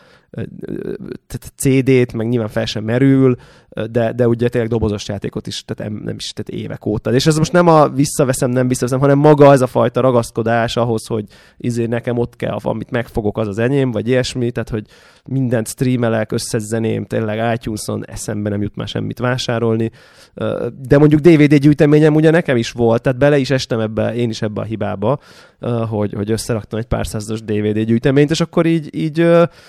cé dét, meg nyilván fel sem merül, de, de ugye tényleg dobozos játékot is, tehát nem is tehát évek óta. És ez most nem a visszaveszem, nem visszaveszem, hanem maga ez a fajta ragaszkodás ahhoz, hogy izé nekem ott kell, amit megfogok, az az enyém, vagy ilyesmi, tehát hogy mindent streamelek, összezeném, tényleg iTunes-on eszembe nem jut már semmit vásárolni. De mondjuk dé vé dé gyűjteményem ugye nekem is volt, tehát bele is estem ebbe, én is ebbe a hibába, hogy, hogy összeraktam egy pár százas dé vé dé gyűjteményt, és akkor így, így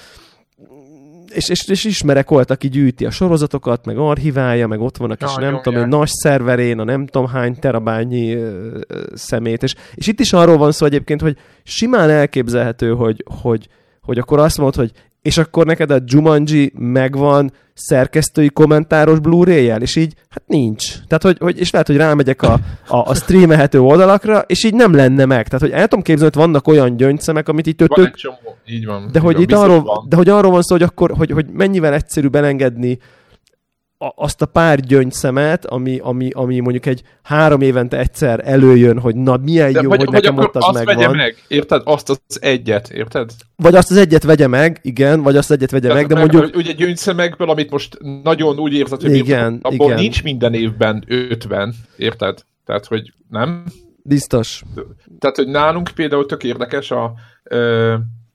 És, és, és ismerek olyat, aki gyűjti a sorozatokat, meg archiválja, meg ott van a kis, ja, nem jó, tudom, egy nagy szerverén, a nem tudom hány terabányi ö, ö, szemét. És, és itt is arról van szó egyébként, hogy simán elképzelhető, hogy, hogy, hogy akkor azt mondod, hogy és akkor neked a Jumanji megvan szerkesztői kommentáros Blu-ray-jel, és így, hát nincs. Tehát, hogy, hogy és lehet, hogy rámegyek a, a, a streamelhető oldalakra, és így nem lenne meg. Tehát, hogy el tudom képzelni, hogy vannak olyan gyöngyszemek, amit itt tök... Így van. De, hogy van, itt arról, de hogy arról van szó, hogy akkor, hogy, hogy mennyivel egyszerűbb elengedni a, azt a pár gyöngyszemet, ami, ami, ami mondjuk egy három évente egyszer előjön, hogy na, milyen de jó, vagy, hogy vagy nekem ott az azt megvan. Vegye meg, érted? Azt az egyet, érted? Vagy azt az egyet vegye meg, igen, vagy azt az egyet vegye meg, de meg, mondjuk... Ugye gyöngyszemekből, amit most nagyon úgy érzed, hogy igen, abból igen. nincs minden évben ötven, érted? Tehát, hogy nem? Biztos. Tehát, hogy nálunk például tök érdekes, a, ö,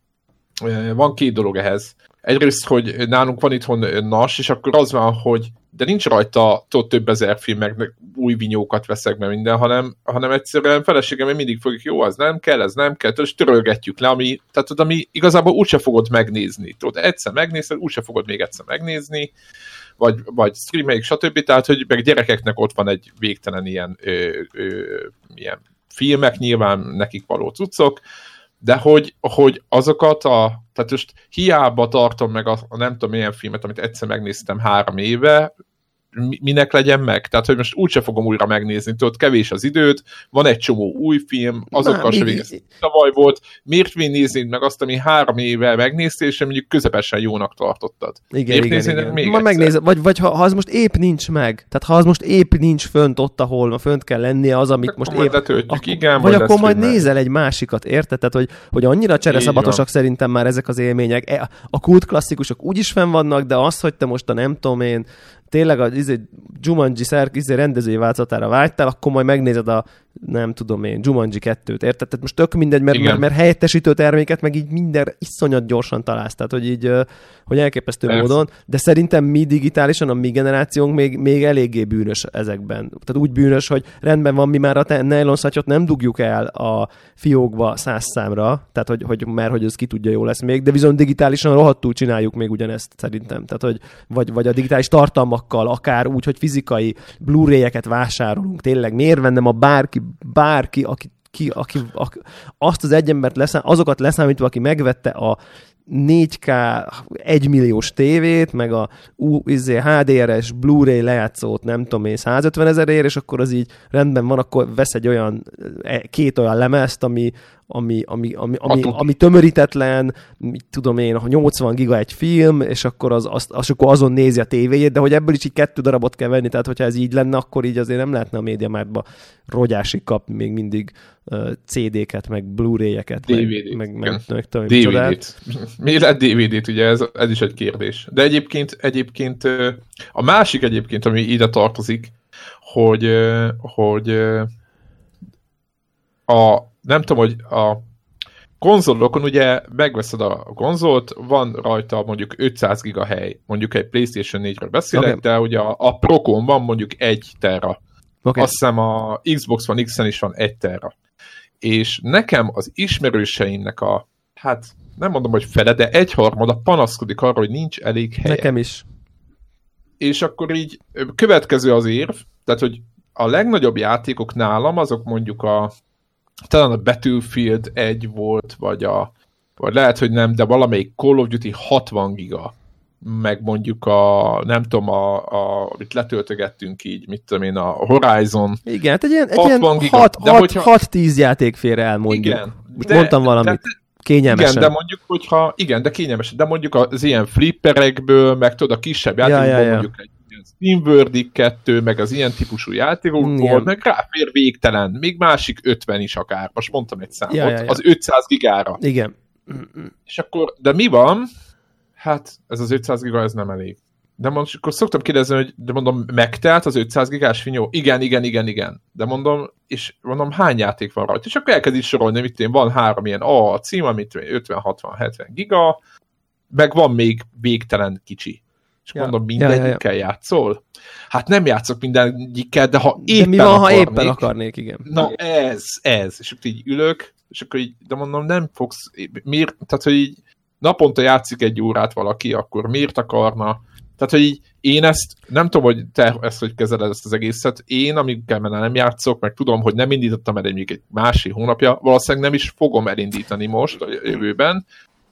ö, van két dolog ehhez. Egyrészt, hogy nálunk van itthon nas, és akkor az van, hogy de nincs rajta tudod, több ezer film, meg új vinyókat veszek be minden, hanem, hanem egyszerűen feleségem mindig fogjuk, jó, az nem kell, ez nem kell, és törölgetjük le, ami, tehát tudod, ami igazából úgyse fogod megnézni. Tudod, egyszer megnézed, úgyse fogod még egyszer megnézni, vagy, vagy streameljük, stb. Tehát, hogy meg gyerekeknek ott van egy végtelen ilyen, ö, ö, ilyen filmek, nyilván nekik való cuccok, de hogy, hogy azokat a, tehát most hiába tartom meg a, a nem tudom milyen filmet, amit egyszer megnéztem három éve, minek legyen meg? Tehát, hogy most úgyse fogom újra megnézni, tudod, kevés az időt, van egy csomó új film, azokkal se végeztem. Tavaly volt, miért mi néznéd meg azt, ami három éve megnéztél, és mondjuk közepesen jónak tartottad? Igen, igen, igen. Még ma megnézed, vagy, vagy ha, ha az most épp nincs meg, tehát ha az most épp nincs fönt ott, ahol fönt kell lennie az, amit most épp... Letöltjük, ak- igen, vagy akkor majd nézel egy másikat, érted? Tehát, hogy, hogy annyira csereszabatosak szerintem már ezek az élmények. A kult klasszikusok úgyis fenn vannak, de az, hogy te most a nem tudom én, tényleg az izé, Jumanji szerk, izé, rendezői változatára vágytál, akkor majd megnézed a, nem tudom én, Jumanji kettőt, érted? Tehát most tök mindegy, mert, mert, mert helyettesítő terméket meg így minden iszonyat gyorsan találsz, tehát hogy így, hogy elképesztő Persze. módon, de szerintem mi digitálisan, a mi generációnk még, még eléggé bűnös ezekben. Tehát úgy bűnös, hogy rendben van, mi már a nylonszatyot nem dugjuk el a fiókba száz számra, tehát hogy, hogy mert hogy ez ki tudja, jó lesz még, de viszont digitálisan rohadtul csináljuk még ugyanezt szerintem. Tehát, hogy vagy, vagy a digitális tartalmakkal, akár úgy, hogy fizikai Blu-ray-eket vásárolunk. Tényleg miért vennem a bárki, bárki, aki, ki, aki, aki azt az egy embert leszám, azokat leszámítva, aki megvette a négy ká egymilliós tévét, meg a há dé er es Blu-ray lejátszót, nem tudom én, százötven ezerért, és akkor az így rendben van, akkor vesz egy olyan, két olyan lemezt, ami, ami, ami, ami, ami, ami tömörítetlen, mit tudom én, nyolcvan giga egy film, és akkor, az, az, az, akkor azon nézi a tévéjét, de hogy ebből is így kettő darabot kell venni, tehát hogyha ez így lenne, akkor így azért nem lehetne a MediaMarktba rogyásig kapni még mindig uh, cé dé-ket, meg Blu-ray-eket, dé vé dét, meg, meg, meg, meg tudom, dé vé dét. Mi lett dé vé dét, ugye ez, ez is egy kérdés. De egyébként, egyébként a másik egyébként, ami ide tartozik, hogy, hogy a, nem tudom, hogy a konzolokon ugye megveszed a konzolt, van rajta mondjuk ötszáz giga hely, mondjuk egy PlayStation négyről beszélek, okay. de ugye a, a Procon van mondjuk egy tera. Okay. Azt hiszem a Xbox One X-en is van egy tera. És nekem az ismerőseimnek a, hát nem mondom, hogy fele, de egyharmada panaszkodik arra, hogy nincs elég helye. Nekem is. És akkor így következő az érv, tehát hogy a legnagyobb játékok nálam azok mondjuk a talán a Battlefield egy volt, vagy a vagy lehet, hogy nem, de valamelyik Call of Duty hatvan giga, meg mondjuk a, nem tudom, a, a amit letöltögettünk így, mit tudom én, a Horizon. Igen, hát egy ilyen, egy ilyen hat-tíz játék fér el, mondjuk. Igen, de, mondtam valamit. De, kényelmesen. Igen, de mondjuk, hogyha, igen, de kényelmesen, de mondjuk az ilyen flipperekből, meg tudod, a kisebb játékokból ja, ja, ja. mondjuk egy Steam Verdict kettő, meg az ilyen típusú játékokból, meg ráfér végtelen, még másik ötven is akár. Most mondtam egy számot, ja, ja, ja. az ötszáz gigára. Igen. És akkor, de mi van? Hát ez az ötszáz giga, ez nem elég. De most akkor szoktam kérdezni, hogy de mondom, megtelt az ötszáz gigás finyó? Igen, igen, igen, igen. De mondom, és mondom, hány játék van rajta? És akkor elkezd is sorolni, mit én, van három ilyen A cím, amit ötven, hatvan, hetven giga, meg van még végtelen kicsi. És ja. mondom, mindegyikkel ja, ja, ja. játszol? Hát nem játszok mindegyikkel, de ha éppen de mi van, akarnék, ha éppen akarnék, igen. Na ez, ez. És akkor így ülök, és akkor így, de mondom, nem fogsz, miért, tehát, hogy így naponta játszik egy órát valaki, akkor miért akarna? Tehát, hogy így én ezt, nem tudom, hogy te ezt, hogy kezeled ezt az egészet, én, amikkel nem játszok, meg tudom, hogy nem indítottam el egy, egy másik hónapja, valószínűleg nem is fogom elindítani most a jövőben,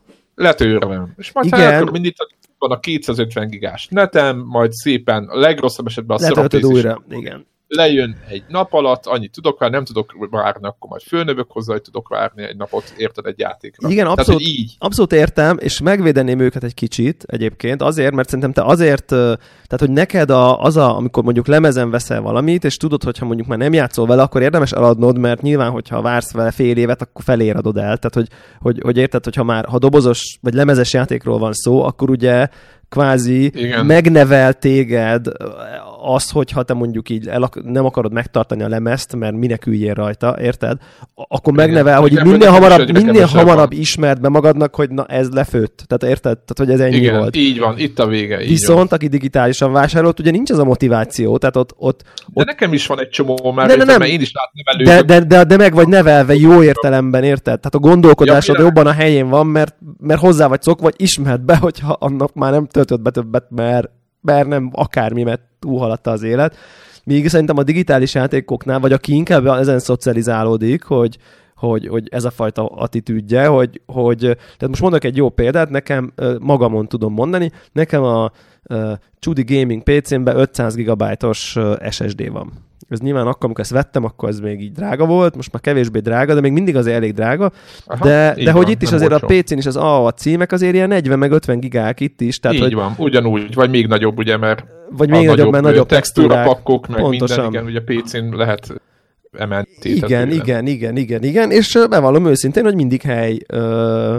letőrlem. És majd igen. ha akkor indítani, van a kétszázötven gigás netem, majd szépen a legrosszabb esetben a letöltöd újra, igen. Lejön egy nap alatt, annyit tudok várni, nem tudok várni, akkor majd fölnövök hozzá, hogy tudok várni egy napot, érted, egy játékra. Igen, abszolút, tehát, így. abszolút értem, és megvédeném őket egy kicsit egyébként, azért, mert szerintem te azért, tehát hogy neked a, az a, amikor mondjuk lemezen veszel valamit, és tudod, hogyha mondjuk már nem játszol vele, akkor érdemes eladnod, mert nyilván, hogyha vársz vele fél évet, akkor feléradod el. Tehát, hogy, hogy, hogy érted, hogyha már, ha dobozos vagy lemezes játékról van szó, akkor ugye kvázi igen. megnevel téged az, hogyha te mondjuk így el, nem akarod megtartani a lemezt, mert minek üljél rajta, érted? Akkor igen. megnevel, hogy igen, minél hamarabb, minél hamarabb ismerd be magadnak, hogy na ez lefőtt. Tehát érted? Tehát, hogy ez ennyi igen, volt. így van, itt a vége. Így Viszont, van. aki digitálisan vásárolt, ugye nincs az a motiváció, tehát ott... ott, ott... De nekem is van egy csomó, mert, de, de, nem. mert én is látnevelődök. De, de, de, de meg vagy nevelve jó értelemben, érted? Tehát a gondolkodásod ja, jobban a helyén van, mert, mert hozzá vagy szokva, vagy ismerd be, hogyha annak már nem töltött be többet, mert, mert nem akármi, mert túlhaladta az élet. Míg szerintem a digitális játékoknál, vagy aki inkább ezen szocializálódik, hogy, hogy, hogy ez a fajta attitűdje, hogy, hogy tehát most mondok egy jó példát, nekem magamon tudom mondani, nekem a uh, Csudi Gaming pé cén-ben ötszáz gigabájtos uh, es es dé van. Ez nyilván akkor, amikor ezt vettem, akkor ez még így drága volt, most már kevésbé drága, de még mindig azért elég drága. Aha, de de van, hogy itt is azért olcsó. A pé cén is az á á á címek azért ilyen negyven meg ötven gigák itt is. Tehát, így hogy... van, ugyanúgy, vagy még nagyobb, ugye, mert vagy még nagyobb, mert nagyobb textúrák. Pakkok, meg pontosan. Minden, igen, ugye pé cén lehet emelni. Igen, igen, igen, igen, igen, és bevallom őszintén, hogy mindig hely... Ö...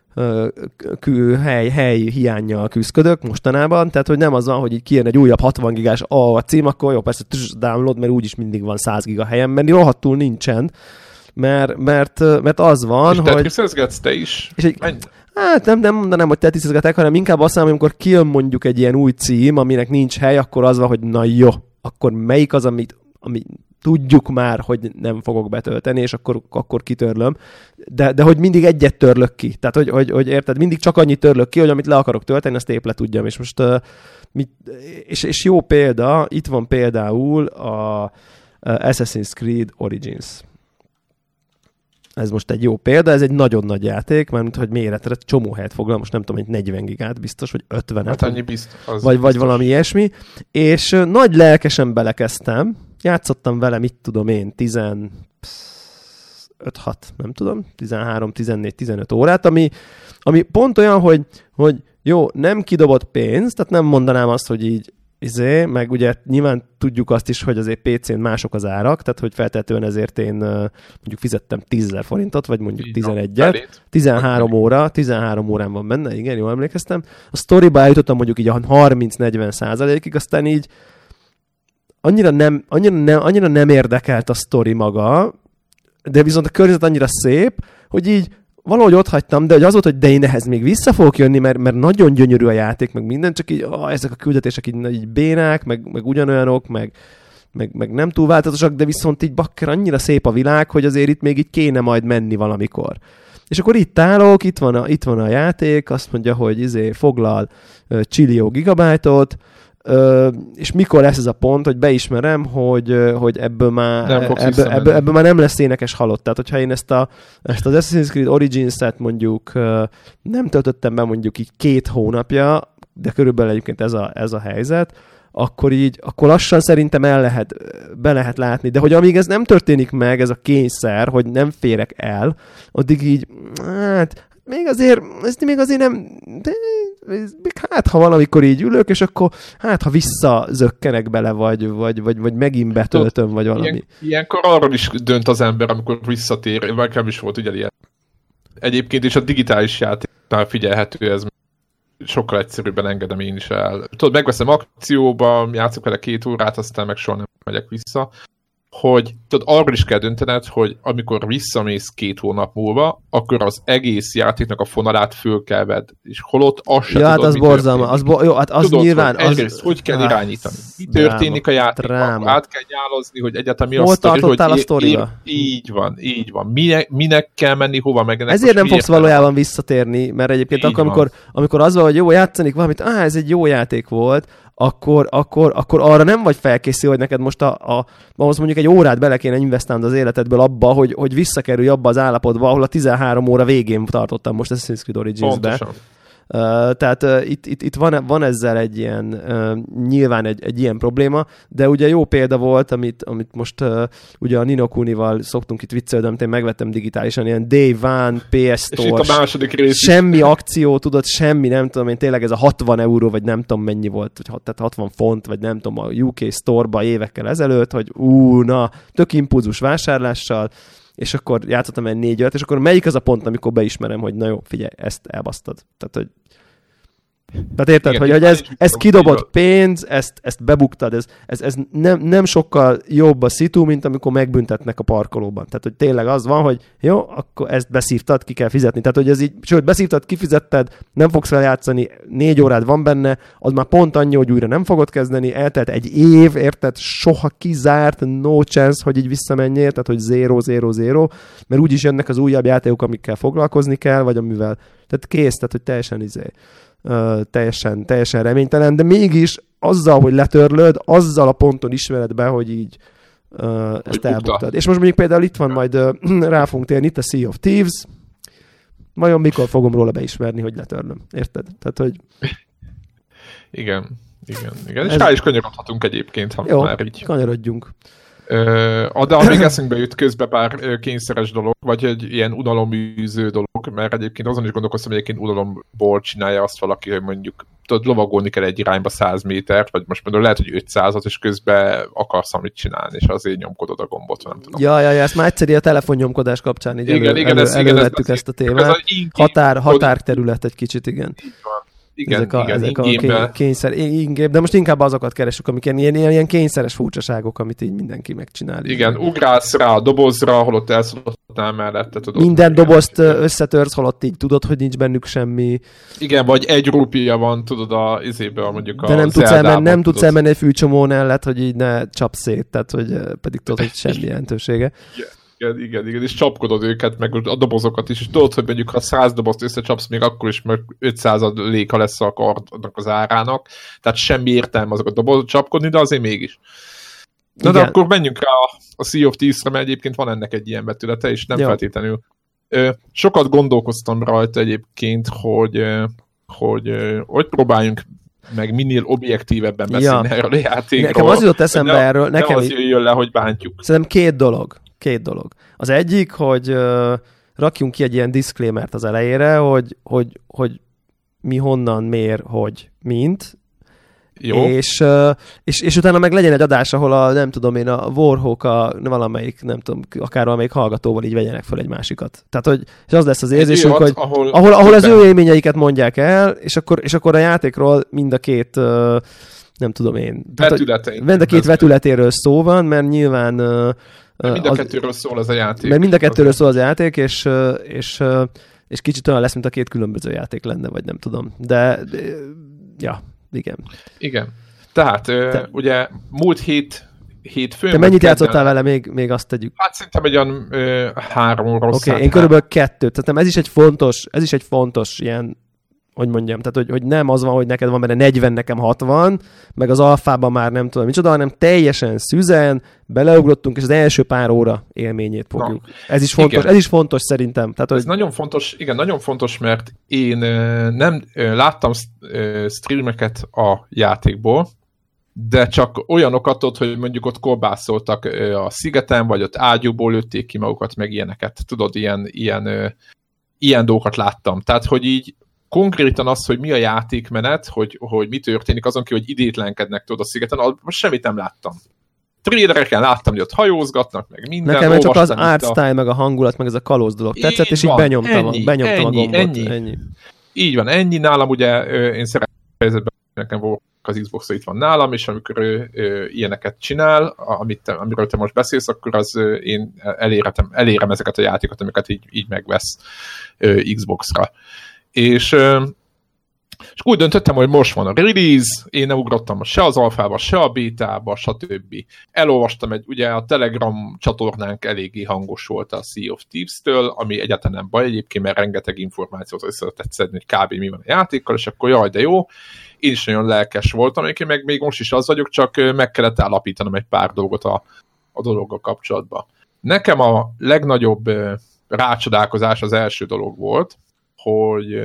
Kü, hely, hely hiánnyal küzdködök mostanában, tehát hogy nem az van, hogy így kijön egy újabb hatvan gigás a, a cím, akkor jó, persze tss, download, mert úgyis mindig van száz giga helyem, mert rohadtul nincsen, mert, mert, mert az van, és hogy... És te tisztezgetsz te is? És egy, hát nem, nem mondanám, hogy te tisztezgetek, hanem inkább azt mondom, amikor kijön mondjuk egy ilyen új cím, aminek nincs hely, akkor az van, hogy na jó, akkor melyik az, amit, amit tudjuk már, hogy nem fogok betölteni, és akkor, akkor kitörlöm. De, de hogy mindig egyet törlök ki. Tehát, hogy, hogy, hogy érted, mindig csak annyit törlök ki, hogy amit le akarok tölteni, azt épp le tudjam. És most uh, mit, és, és jó példa, itt van például a, a Assassin's Creed Origins. Ez most egy jó példa, ez egy nagyon nagy játék, mármint, hogy méretre csomó helyet foglal, most nem tudom, egy negyven gigát biztos, vagy ötvenet. Hát annyi biztos. Vagy, biztos. Vagy valami ilyesmi. És uh, nagy lelkesen belekezdtem, játszottam vele, mit tudom én, tizenöt hat, nem tudom, tizenhárom, tizennégy, tizenöt órát, ami, ami pont olyan, hogy, hogy jó, nem kidobott pénz, tehát nem mondanám azt, hogy így izé, meg ugye nyilván tudjuk azt is, hogy azért pé cén mások az árak, tehát hogy feltétlenül ezért én mondjuk fizettem tízezer forintot, vagy mondjuk tizenegyet, tizenhárom óra, tizenhárom órán van benne, igen, jól emlékeztem. A sztoriba eljutottam mondjuk így a harminc-negyven százalékig, aztán így annyira nem, annyira, nem, annyira nem érdekelt a sztori maga, de viszont a környezet annyira szép, hogy így valahogy ott hagytam, de hogy az volt, hogy de én ehhez még vissza fogok jönni, mert, mert nagyon gyönyörű a játék, meg minden, csak így ó, ezek a küldetések így, így bénák, meg, meg ugyanolyanok, meg, meg, meg nem túl változatosak, de viszont így bakker annyira szép a világ, hogy azért itt még így kéne majd menni valamikor. És akkor itt állok, itt van a, itt van a játék, azt mondja, hogy izé foglal uh, csillió gigabájtot, uh, és mikor lesz ez a pont, hogy beismerem, hogy, uh, hogy ebből már ebből, ebből, ebből már nem lesz énekes halott. Tehát, hogyha én ezt, a, ezt az Assassin's Creed Origins-et mondjuk uh, nem töltöttem be mondjuk így két hónapja, de körülbelül egyébként ez a, ez a helyzet, akkor így, akkor lassan szerintem el lehet, be lehet látni. De hogy amíg ez nem történik meg, ez a kényszer, hogy nem férek el, addig így, hát, még azért, ezt még azért nem, de, hát ha valamikor így ülök, és akkor hát ha visszazökkenek bele, vagy, vagy, vagy, vagy megint betöltöm, vagy valami. Ilyen, ilyenkor arról is dönt az ember, amikor visszatér, nekem is volt ugyanilyen. Egyébként is a digitális játéknál figyelhető ez, sokkal egyszerűbben engedem én is el. Tudod, megveszem akcióba, játszok vele két órát, aztán meg soha nem megyek vissza, hogy tudod, arról is kell döntened, hogy amikor visszamész két hónap múlva, akkor az egész játéknak a fonalát föl kell vedd. És holott azt se ja, tudod, hát az borzalma. Az bo- jó, hát az tudod, nyilván... Hogy, egyrészt, az... hogy kell irányítani. Mi történik a játékban? Át kell nyálozni, hogy egyáltalán mi hol a sztori, hogy a sztoriba? Így van, így van. Minek, minek kell menni, hova meg ennek. Ezért nem fogsz valójában visszatérni, mert egyébként akkor, amikor, amikor az van, hogy jó, játszanik valamit, ah, ez egy jó játék volt, akkor, akkor, akkor arra nem vagy felkészül, hogy neked most a, a, ahhoz mondjuk egy órát bele kéne investálnod az életedből abba, hogy, hogy visszakerülj abba az állapotba, ahol a tizenhárom óra végén tartottam most Assassin's Creed Origins-be. Pontosan. Uh, tehát uh, itt, itt, itt van, van ezzel egy ilyen, uh, nyilván egy, egy ilyen probléma, de ugye jó példa volt, amit, amit most uh, ugye a Ni no Kunival szoktunk itt viccelni, amit én megvettem digitálisan, ilyen Day One, pé es Store, és itt a második rész semmi is. Akció, tudod, semmi, nem tudom én, tényleg ez a hatvan euró, vagy nem tudom mennyi volt, vagy tehát hatvan font, vagy nem tudom, a U K Store-ba évekkel ezelőtt, hogy ú, na, tök impulzus vásárlással, és akkor játszottam egy négy-öt, és akkor melyik az a pont, amikor beismerem, hogy na jó, figyelj, ezt elbasztad. Tehát, hogy Tehát érted, igen, hogy, hogy ez, ez kidobott pénz, ezt, ezt bebuktad, ez, ez, ez nem, nem sokkal jobb a szitu, mint amikor megbüntetnek a parkolóban. Tehát, hogy tényleg az van, hogy jó, akkor ezt beszívtad, ki kell fizetni. Tehát, hogy ez így, sőt, beszívtad, kifizetted, nem fogsz vele játszani, négy órád van benne, az már pont annyi, hogy újra nem fogod kezdeni, eltelt egy év, érted, soha kizárt, no chance, hogy így visszamenjél, tehát, hogy zéro, zéro, zéro, mert úgyis jönnek az újabb játékok, amikkel foglalkozni kell, vagy amivel, tehát kész, tehát, hogy teljesen izé. Uh, teljesen, teljesen reménytelen, de mégis azzal, hogy letörlöd, azzal a ponton ismered be, hogy így uh, ezt elbuktad. És most mondjuk például itt van, majd uh, rá fogunk térni, itt a Sea of Thieves, vajon mikor fogom róla beismerni, hogy letörlöm. Érted? Tehát, hogy... Igen, igen, igen. És Ez... rá is kanyarodhatunk egyébként, ha jó, már így. kanyarodjunk. Uh, de amíg eszünkbe jut közbe pár kényszeres dolog, vagy egy ilyen unaloműző dolog, mert egyébként azon is gondolkoztam, hogy egyébként unalomból csinálja azt valaki, hogy mondjuk tudod, lovagolni kell egy irányba száz métert, vagy most mondom, lehet, hogy ötszázat, és közben akarsz amit csinálni, és azért nyomkodod a gombot, nem tudom. Ja, ja, ja, ezt már egyszerű a telefonnyomkodás kapcsán így igen, elő, igen, elő, ez, elővettük igen, ezt a témát. Határ, határterület egy kicsit, igen. Így van. Igen, ezek a, igen, ezek a kényszer, ingép, de most inkább azokat keresünk, amik ilyen, ilyen, ilyen kényszeres furcsaságok, amit így mindenki megcsinál. Igen, így. Ugrálsz rá a dobozra, holott elszodottál mellette. Tudod, minden dobozt összetörsz, holott így tudod, hogy nincs bennük semmi. Igen, vagy egy rúpia van, tudod, a izéből mondjuk de a nem tudsz elmenni, nem tudsz elmenni egy fűcsomó mellett, hogy így ne csapsz szét, tehát hogy pedig tudod, hogy semmi jelentősége. Yeah. Igen, igen, igen, és csapkodod őket, meg a dobozokat is, és tudod, hogy mondjuk ha száz dobozt összecsapsz, még akkor is meg ötszázadléka lesz a kardnak az árának, tehát semmi értelme azokat dobozot csapkodni, de azért mégis. Na de akkor menjünk rá a, a Sea of Thieves-re, mert egyébként van ennek egy ilyen vetülete, és nem ja. feltétlenül. Ö, sokat gondolkoztam rajta egyébként, hogy hogy, hogy próbáljunk meg minél objektívebben beszélni ja. erről a játékról. Nekem az jutott eszembe ne, erről. Nekem ne az jöjjön le, hogy bántjuk. Szerintem két dolog. Két dolog. Az egyik, hogy uh, rakjunk ki egy ilyen disclaimert az elejére, hogy, hogy, hogy mi honnan, miért, hogy, mint. Jó. És, uh, és, és utána meg legyen egy adás, ahol a, nem tudom én, a Warhawk, a valamelyik, nem tudom, akár valamelyik hallgatóval így vegyenek föl egy másikat. Tehát, hogy és az lesz az érzésünk, hogy ahol, ahol, ahol az ő élményeiket mondják el, és akkor, és akkor a játékról mind a két uh, nem tudom én. Vetületeink. Mind a két vetületéről szó van, mert nyilván uh, Mind a kettőről szól az a játék. Mert mind a kettőről szól az a játék, és, és és kicsit olyan lesz, mint a két különböző játék lenne, vagy nem tudom. De, de ja, igen. Igen. Tehát Te... ugye múlt hét hétfőn... Te mennyit játszottál vele, még, még azt tegyük? Hát szerintem egy olyan ö, három rossz. Oké, okay, én körülbelül kettőt. Tehát nem, ez is egy fontos, ez is egy fontos ilyen, hogy mondjam, tehát hogy, hogy nem az van, hogy neked van benne negyven, nekem hatvan, meg az alfában már nem tudom micsoda, hanem teljesen szüzen, beleugrottunk, és az első pár óra élményét fogjuk. Na, ez is fontos, igen. ez is fontos szerintem. Tehát, hogy... Ez nagyon fontos, igen, nagyon fontos, mert én ö, nem ö, láttam ö, streameket a játékból, de csak olyanokat ott, hogy mondjuk ott korbászoltak a szigeten, vagy ott ágyúból lőtték ki magukat, meg ilyeneket. Tudod, ilyen, ilyen, ilyen dolgokat láttam. Tehát, hogy így konkrétan az, hogy mi a játékmenet, hogy, hogy mi történik azon ki, hogy idétlenkednek tudod a szigeten, most semmit nem láttam. Trélereken láttam, hogy ott hajózgatnak, meg minden. Nekem csak az art style, a... meg a hangulat, meg ez a kalóz dolog tetszett, így és van, így benyomtam, ennyi, a, benyomtam ennyi, a gombot. Ennyi. ennyi. Így van, ennyi. Nálam ugye én szeretem helyzetben, nekem volt az Xbox itt van nálam, és amikor ő, ő ilyeneket csinál, amit te, amiről te most beszélsz, akkor az ő, én elérem, elérem ezeket a játékokat, amiket így, így megvesz ő, Xbox-ra. És, és úgy döntöttem, hogy most van a release, én nem ugrottam se az alfába, se a bétába, stb. Elolvastam egy, ugye a Telegram csatornánk eléggé hangos volt a Sea of Thieves-től, ami egyáltalán nem baj egyébként, mert rengeteg információt össze lehetett szedni, hogy kb. Mi van a játékkal, és akkor jaj, de jó. Én is nagyon lelkes voltam, egyébként meg még most is az vagyok, csak meg kellett állapítanom egy pár dolgot a, a dologgal kapcsolatban. Nekem a legnagyobb rácsodálkozás az első dolog volt, hogy,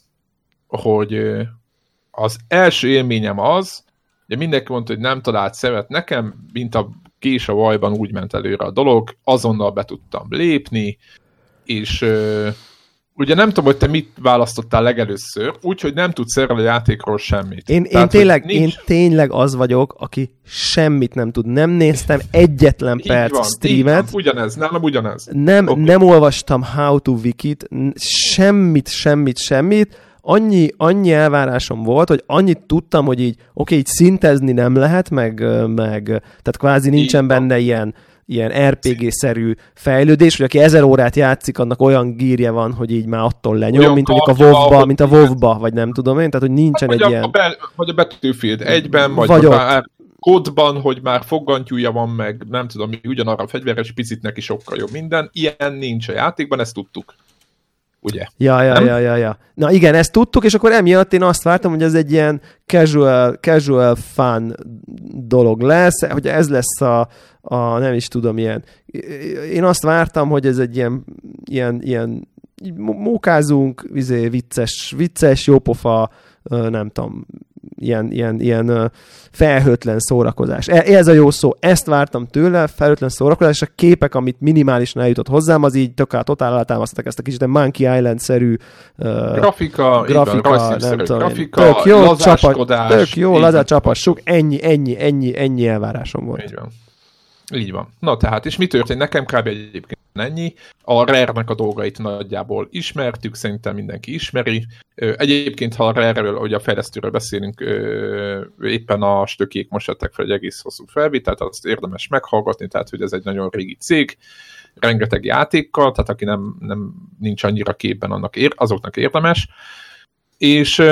hogy az első élményem az, ugye mindenki mondta, hogy nem talált szemet, nekem, mint a kés a vajban úgy ment előre a dolog, azonnal be tudtam lépni, és ugye nem tudom, hogy te mit választottál legelőször, úgyhogy nem tudsz erről a játékról semmit. Én, Tehát, én, tényleg, nincs... én tényleg az vagyok, aki semmit nem tud. Nem néztem egyetlen perc van, streamet. Van, ugyanez, nálam ugyanez. Nem, okay. nem olvastam How to Wikit, semmit, semmit, semmit. Annyi, annyi elvárásom volt, hogy annyit tudtam, hogy így, oké, okay, így szintezni nem lehet, meg, meg tehát kvázi nincsen benne ilyen ilyen er pé gé-szerű fejlődés, hogy aki ezer órát játszik, annak olyan gírje van, hogy így már attól lenyom, olyan mint mondjuk a WoW-ba, mint a WoW-ba, vagy nem tudom én, tehát hogy nincsen vagy egy a, ilyen... A be, vagy a Battlefield egyben, vagy, vagy már kódban, hogy már foggantyúja van, meg nem tudom, ugyanarra a fegyveres, picit neki sokkal jobb minden. Ilyen nincs a játékban, ezt tudtuk. Ugye? Ja, ja, ja, ja, ja. Na igen, ezt tudtuk, és akkor emiatt én azt vártam, hogy ez egy ilyen casual, casual fun dolog lesz, hogy ez lesz a, a nem is tudom, ilyen. Én azt vártam, hogy ez egy ilyen, ilyen, ilyen mókázunk, izé, vicces, vicces, jópofa, nem tudom, ilyen, ilyen, ilyen felhőtlen szórakozás. Ez a jó szó, ezt vártam tőle, felhőtlen szórakozás, és a képek, amit minimálisan eljutott hozzám, az így totál, totál alátámasztottak ezt a kicsit Monkey Island-szerű uh, grafika, grafika, nem tudom, grafika, tök jó, lazáskodás, csapa, tök jó, lazá csapassuk, ennyi, ennyi, ennyi, ennyi elvárásom volt. Így van. Így van. Na tehát, és mi történt? Nekem kb. Egyébként ennyi. A Rare-nek a dolgait nagyjából ismertük, szerintem mindenki ismeri. Egyébként, ha a Rare-ről, hogy a fejlesztőről beszélünk, éppen a stökék most jöttek fel egy egész hosszú felvételt, tehát azt érdemes meghallgatni, tehát hogy ez egy nagyon régi cég, rengeteg játékkal, tehát aki nem, nem nincs annyira képben, annak ér, azoknak érdemes. És,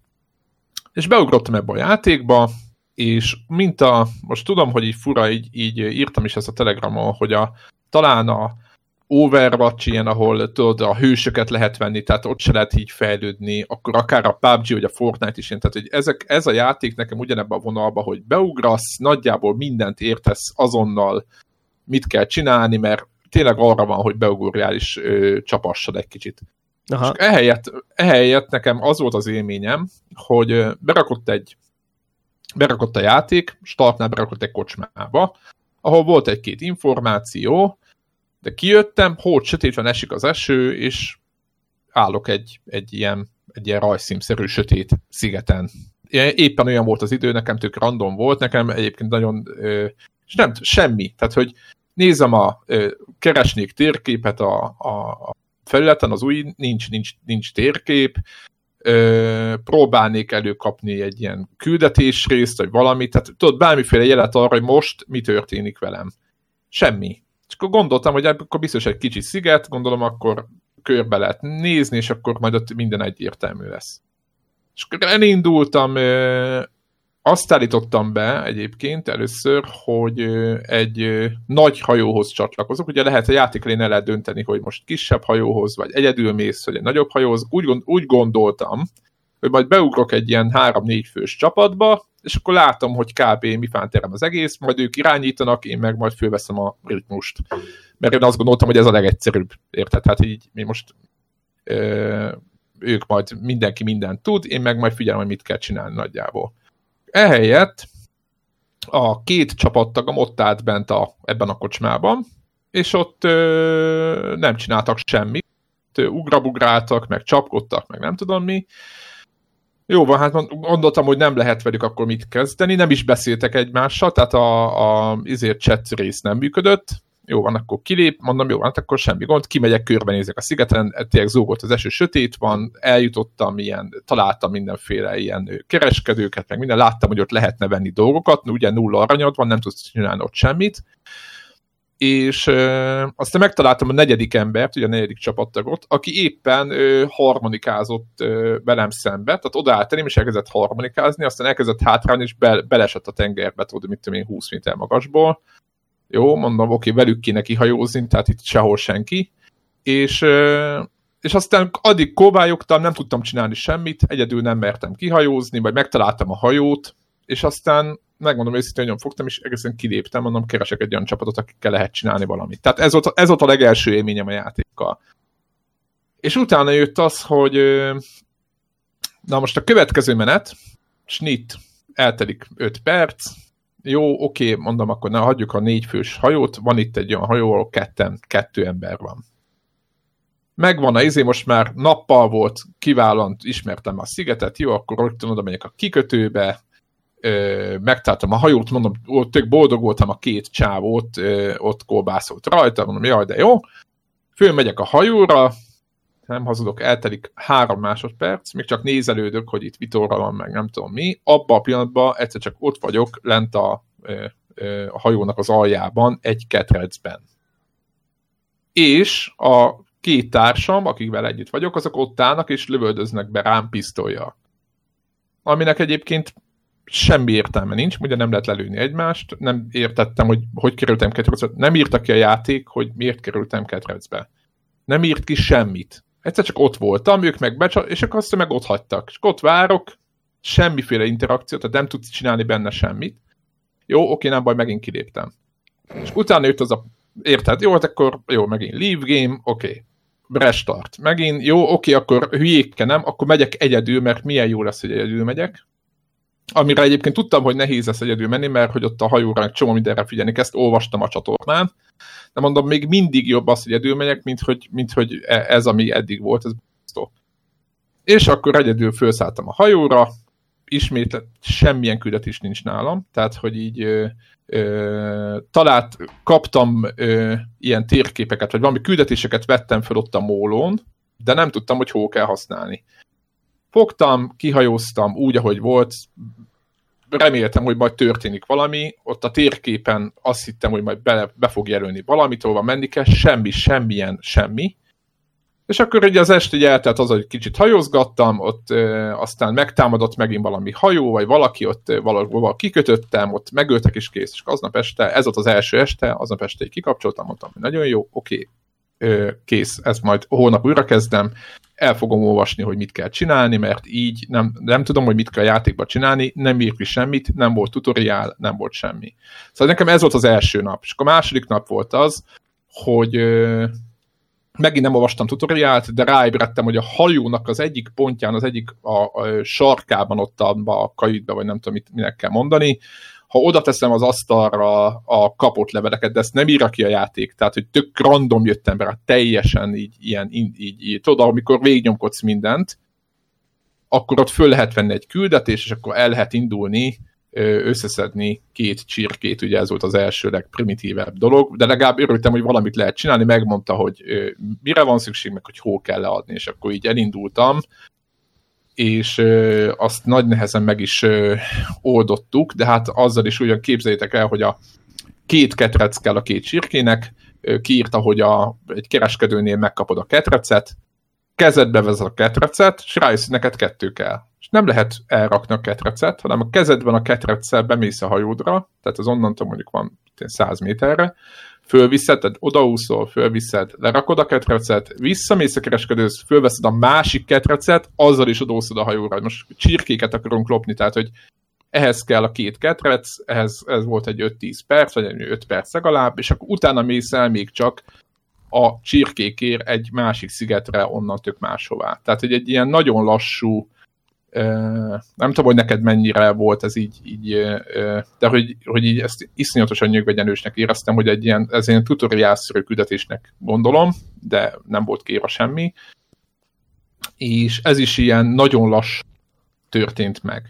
és beugrottam ebbe a játékba, és mint a, most tudom, hogy így fura, így, így írtam is ezt a Telegramon, hogy a, talán a Overwatch ilyen, ahol tudod, a hősöket lehet venni, tehát ott se lehet így fejlődni, akkor akár a pé u bé gé vagy a Fortnite is ilyen, tehát hogy ezek, ez a játék nekem ugyanebben a vonalban, hogy beugrasz, nagyjából mindent értesz azonnal, mit kell csinálni, mert tényleg arra van, hogy beugorjál és ö, csapassad egy kicsit. Aha. És ehelyett, ehelyett nekem az volt az élményem, hogy berakott egy berakott a játék, startnál berakott egy kocsmába, ahol volt egy-két információ, de kijöttem, hót sötét van, esik az eső, és állok egy, egy ilyen, egy ilyen rajzszínszerű sötét szigeten. Éppen olyan volt az idő, nekem tök random volt, nekem egyébként nagyon, és nem, semmi. Tehát, hogy nézem a, keresnék térképet a, a, a felületen, az új, nincs, nincs, nincs térkép, Ö, próbálnék előkapni egy ilyen küldetésrészt, vagy valamit, tehát tudod, bármiféle jelet arra, hogy most mi történik velem. Semmi. És akkor gondoltam, hogy akkor biztos egy kicsi sziget, gondolom akkor körbe lehet nézni, és akkor majd ott minden egyértelmű lesz. És akkor elindultam, azt állítottam be egyébként először, hogy egy nagy hajóhoz csatlakozok. Ugye lehet a játék elején el lehet dönteni, hogy most kisebb hajóhoz, vagy egyedül mész, vagy egy nagyobb hajóhoz. Úgy, gond, úgy gondoltam, hogy majd beugrok egy ilyen három-négy fős csapatba, és akkor látom, hogy kb. Mifán terem az egész, majd ők irányítanak, én meg majd fölveszem a ritmust. Mert én azt gondoltam, hogy ez a legegyszerűbb, érted? Hát így mi most ö, ők majd mindenki mindent tud, én meg majd figyelem, hogy mit kell csinálni nagyjából. Ehelyett a két csapattagom ott állt bent a, ebben a kocsmában, és ott ö, nem csináltak semmit. Ugrabugráltak, meg csapkodtak, meg nem tudom mi. Jó van, hát gondoltam, hogy nem lehet velük akkor mit kezdeni, nem is beszéltek egymással, tehát a, a izért chat rész nem működött. Jó van, akkor kilép, mondom, jó van, hát akkor semmi gond, kimegyek, körbenézek a szigeten, tényleg zúgott az eső, sötét van, eljutottam ilyen, találtam mindenféle ilyen kereskedőket, meg minden, láttam, hogy ott lehetne venni dolgokat, ugye nulla aranyod van, nem tudsz csinálni ott semmit, és ö, aztán megtaláltam a negyedik embert, ugye a negyedik csapattagot, aki éppen ö, harmonikázott ö, velem szembe, tehát odaállt elém, és elkezdett harmonikázni, aztán elkezdett hátrálni, és be, belesett a tengerbe, tudod, mit tudom én, húsz méter magasból. Jó, mondom, oké, velük kéne kihajózni, tehát itt sehol senki. És, ö, és aztán addig kóbályogtam, nem tudtam csinálni semmit, egyedül nem mertem kihajózni, vagy megtaláltam a hajót, és aztán megmondom őszintén, nagyon fogtam, és egészen kiléptem, mondom, keresek egy olyan csapatot, akikkel lehet csinálni valamit. Tehát ez volt, ez volt a legelső élményem a játékkal. És utána jött az, hogy na most a következő menet, snit, eltelik öt perc, jó, oké, mondom, akkor ne hagyjuk a négy fős hajót, van itt egy olyan hajó, ahol ketten, kettő ember van. Megvan a izé, most már nappal volt, kiválóan ismertem a szigetet, jó, akkor rögtön oda megyek a kikötőbe, Ö, megtaláltam a hajót, mondom, ott tök boldog voltam, a két csávót ö, ott kolbászolt rajta, mondom, jaj, de jó. Fölmegyek a hajóra, nem hazudok, eltelik három másodperc, még csak nézelődök, hogy itt vitorra van, meg nem tudom mi. Abban a pillanatban egyszer csak ott vagyok, lent a, ö, ö, a hajónak az aljában, egy ketrecben. És a két társam, akikvel együtt vagyok, azok ott állnak, és lövöldöznek be rám pisztollyal. Aminek egyébként semmi értelme nincs, ugye nem lehet lelőni egymást, nem értettem, hogy hogy kerültem ketrecbe, nem írta ki a játék, hogy miért kerültem ketrecbe. Nem írt ki semmit. Egyszer csak ott voltam, ők meg becsal, és akkor azt meg ott hagytak. És ott várok, semmiféle interakció, tehát nem tudsz csinálni benne semmit. Jó, oké, nem baj, megint kiléptem. És utána jött az a, érted, jó, akkor jó, megint leave game, oké. Restart. Megint, jó, oké, akkor hülyékkel nem, akkor megyek egyedül, mert milyen jó lesz, hogy egyedül megyek. Amire egyébként tudtam, hogy nehéz lesz egyedül menni, mert hogy ott a hajóra csomó mindenre figyelni, ezt olvastam a csatornán. De mondom, még mindig jobb az, hogy egyedül megyek, mint hogy, mint hogy ez, ami eddig volt, ez biztos. És akkor egyedül felszálltam a hajóra, ismét semmilyen küldetés nincs nálam, tehát, hogy így ö, ö, talált, kaptam ö, ilyen térképeket, vagy valami küldetéseket vettem fel ott a mólón, de nem tudtam, hogy hol kell használni. Fogtam, kihajóztam úgy, ahogy volt, reméltem, hogy majd történik valami, ott a térképen azt hittem, hogy majd be, be fog jelölni valamit, hova menni kell, semmi, semmilyen, semmi. És akkor ugye az este így eltelt az, hogy kicsit hajózgattam, ott ö, aztán megtámadott megint valami hajó, vagy valaki ott ö, valahol kikötöttem, ott megöltek is kész, és aznap este, ez volt az első este, aznap este így kikapcsoltam, mondtam, hogy nagyon jó, oké, ö, kész, ezt majd holnap újra kezdem, el fogom olvasni, hogy mit kell csinálni, mert így nem, nem tudom, hogy mit kell a játékban csinálni, nem írt ki semmit, nem volt tutoriál, nem volt semmi. Szóval nekem ez volt az első nap. És akkor a második nap volt az, hogy ö, megint nem olvastam tutoriált, de ráébredtem, hogy a hajónak az egyik pontján, az egyik a, a sarkában, ott a, a kajütbe, vagy nem tudom, mit, minek kell mondani, ha oda teszem az asztalra a kapott leveleket, de ezt nem írja ki a játék, tehát, hogy tök random jöttem be, teljesen így, ilyen, így, így, így, tudod, amikor végignyomkodsz mindent, akkor ott föl lehet venni egy küldetés, és akkor el lehet indulni, összeszedni két csirkét, ugye ez volt az első legprimitívebb dolog, de legalább örültem, hogy valamit lehet csinálni, megmondta, hogy mire van szükség, meg hogy hol kell leadni, és akkor így elindultam, és ö, azt nagy nehezen meg is ö, oldottuk, de hát azzal is ugyan képzeljétek el, hogy a két ketrec kell a két csirkének, kiírta, hogy a, egy kereskedőnél megkapod a ketrecet, kezedbe vezet a ketrecet, és rájössz, hogy neked kettő kell. És nem lehet elrakni a ketrecet, hanem a kezedben a ketreccel bemész a hajódra, tehát az onnantól mondjuk van száz méterre, fölviszed, tehát odaúszol, fölviszed, lerakod a ketrecet, visszamész a kereskedőhöz, fölveszed a másik ketrecet, azzal is odaúszod a hajóra. Most csirkéket akarunk lopni, tehát hogy ehhez kell a két ketrec, ehhez ez volt egy öt-tíz perc, vagy egy öt perc legalább, és akkor utána mész el még csak a csirkékért egy másik szigetre, onnan tök máshová. Tehát, hogy egy ilyen nagyon lassú, nem tudom, hogy neked mennyire volt ez így, így de hogy, hogy így ezt iszonyatosan nyögvegyenősnek éreztem, hogy egy ilyen, ez ilyen tutoriálszerű küldetésnek gondolom, de nem volt kérve semmi, és ez is ilyen nagyon lassú történt meg.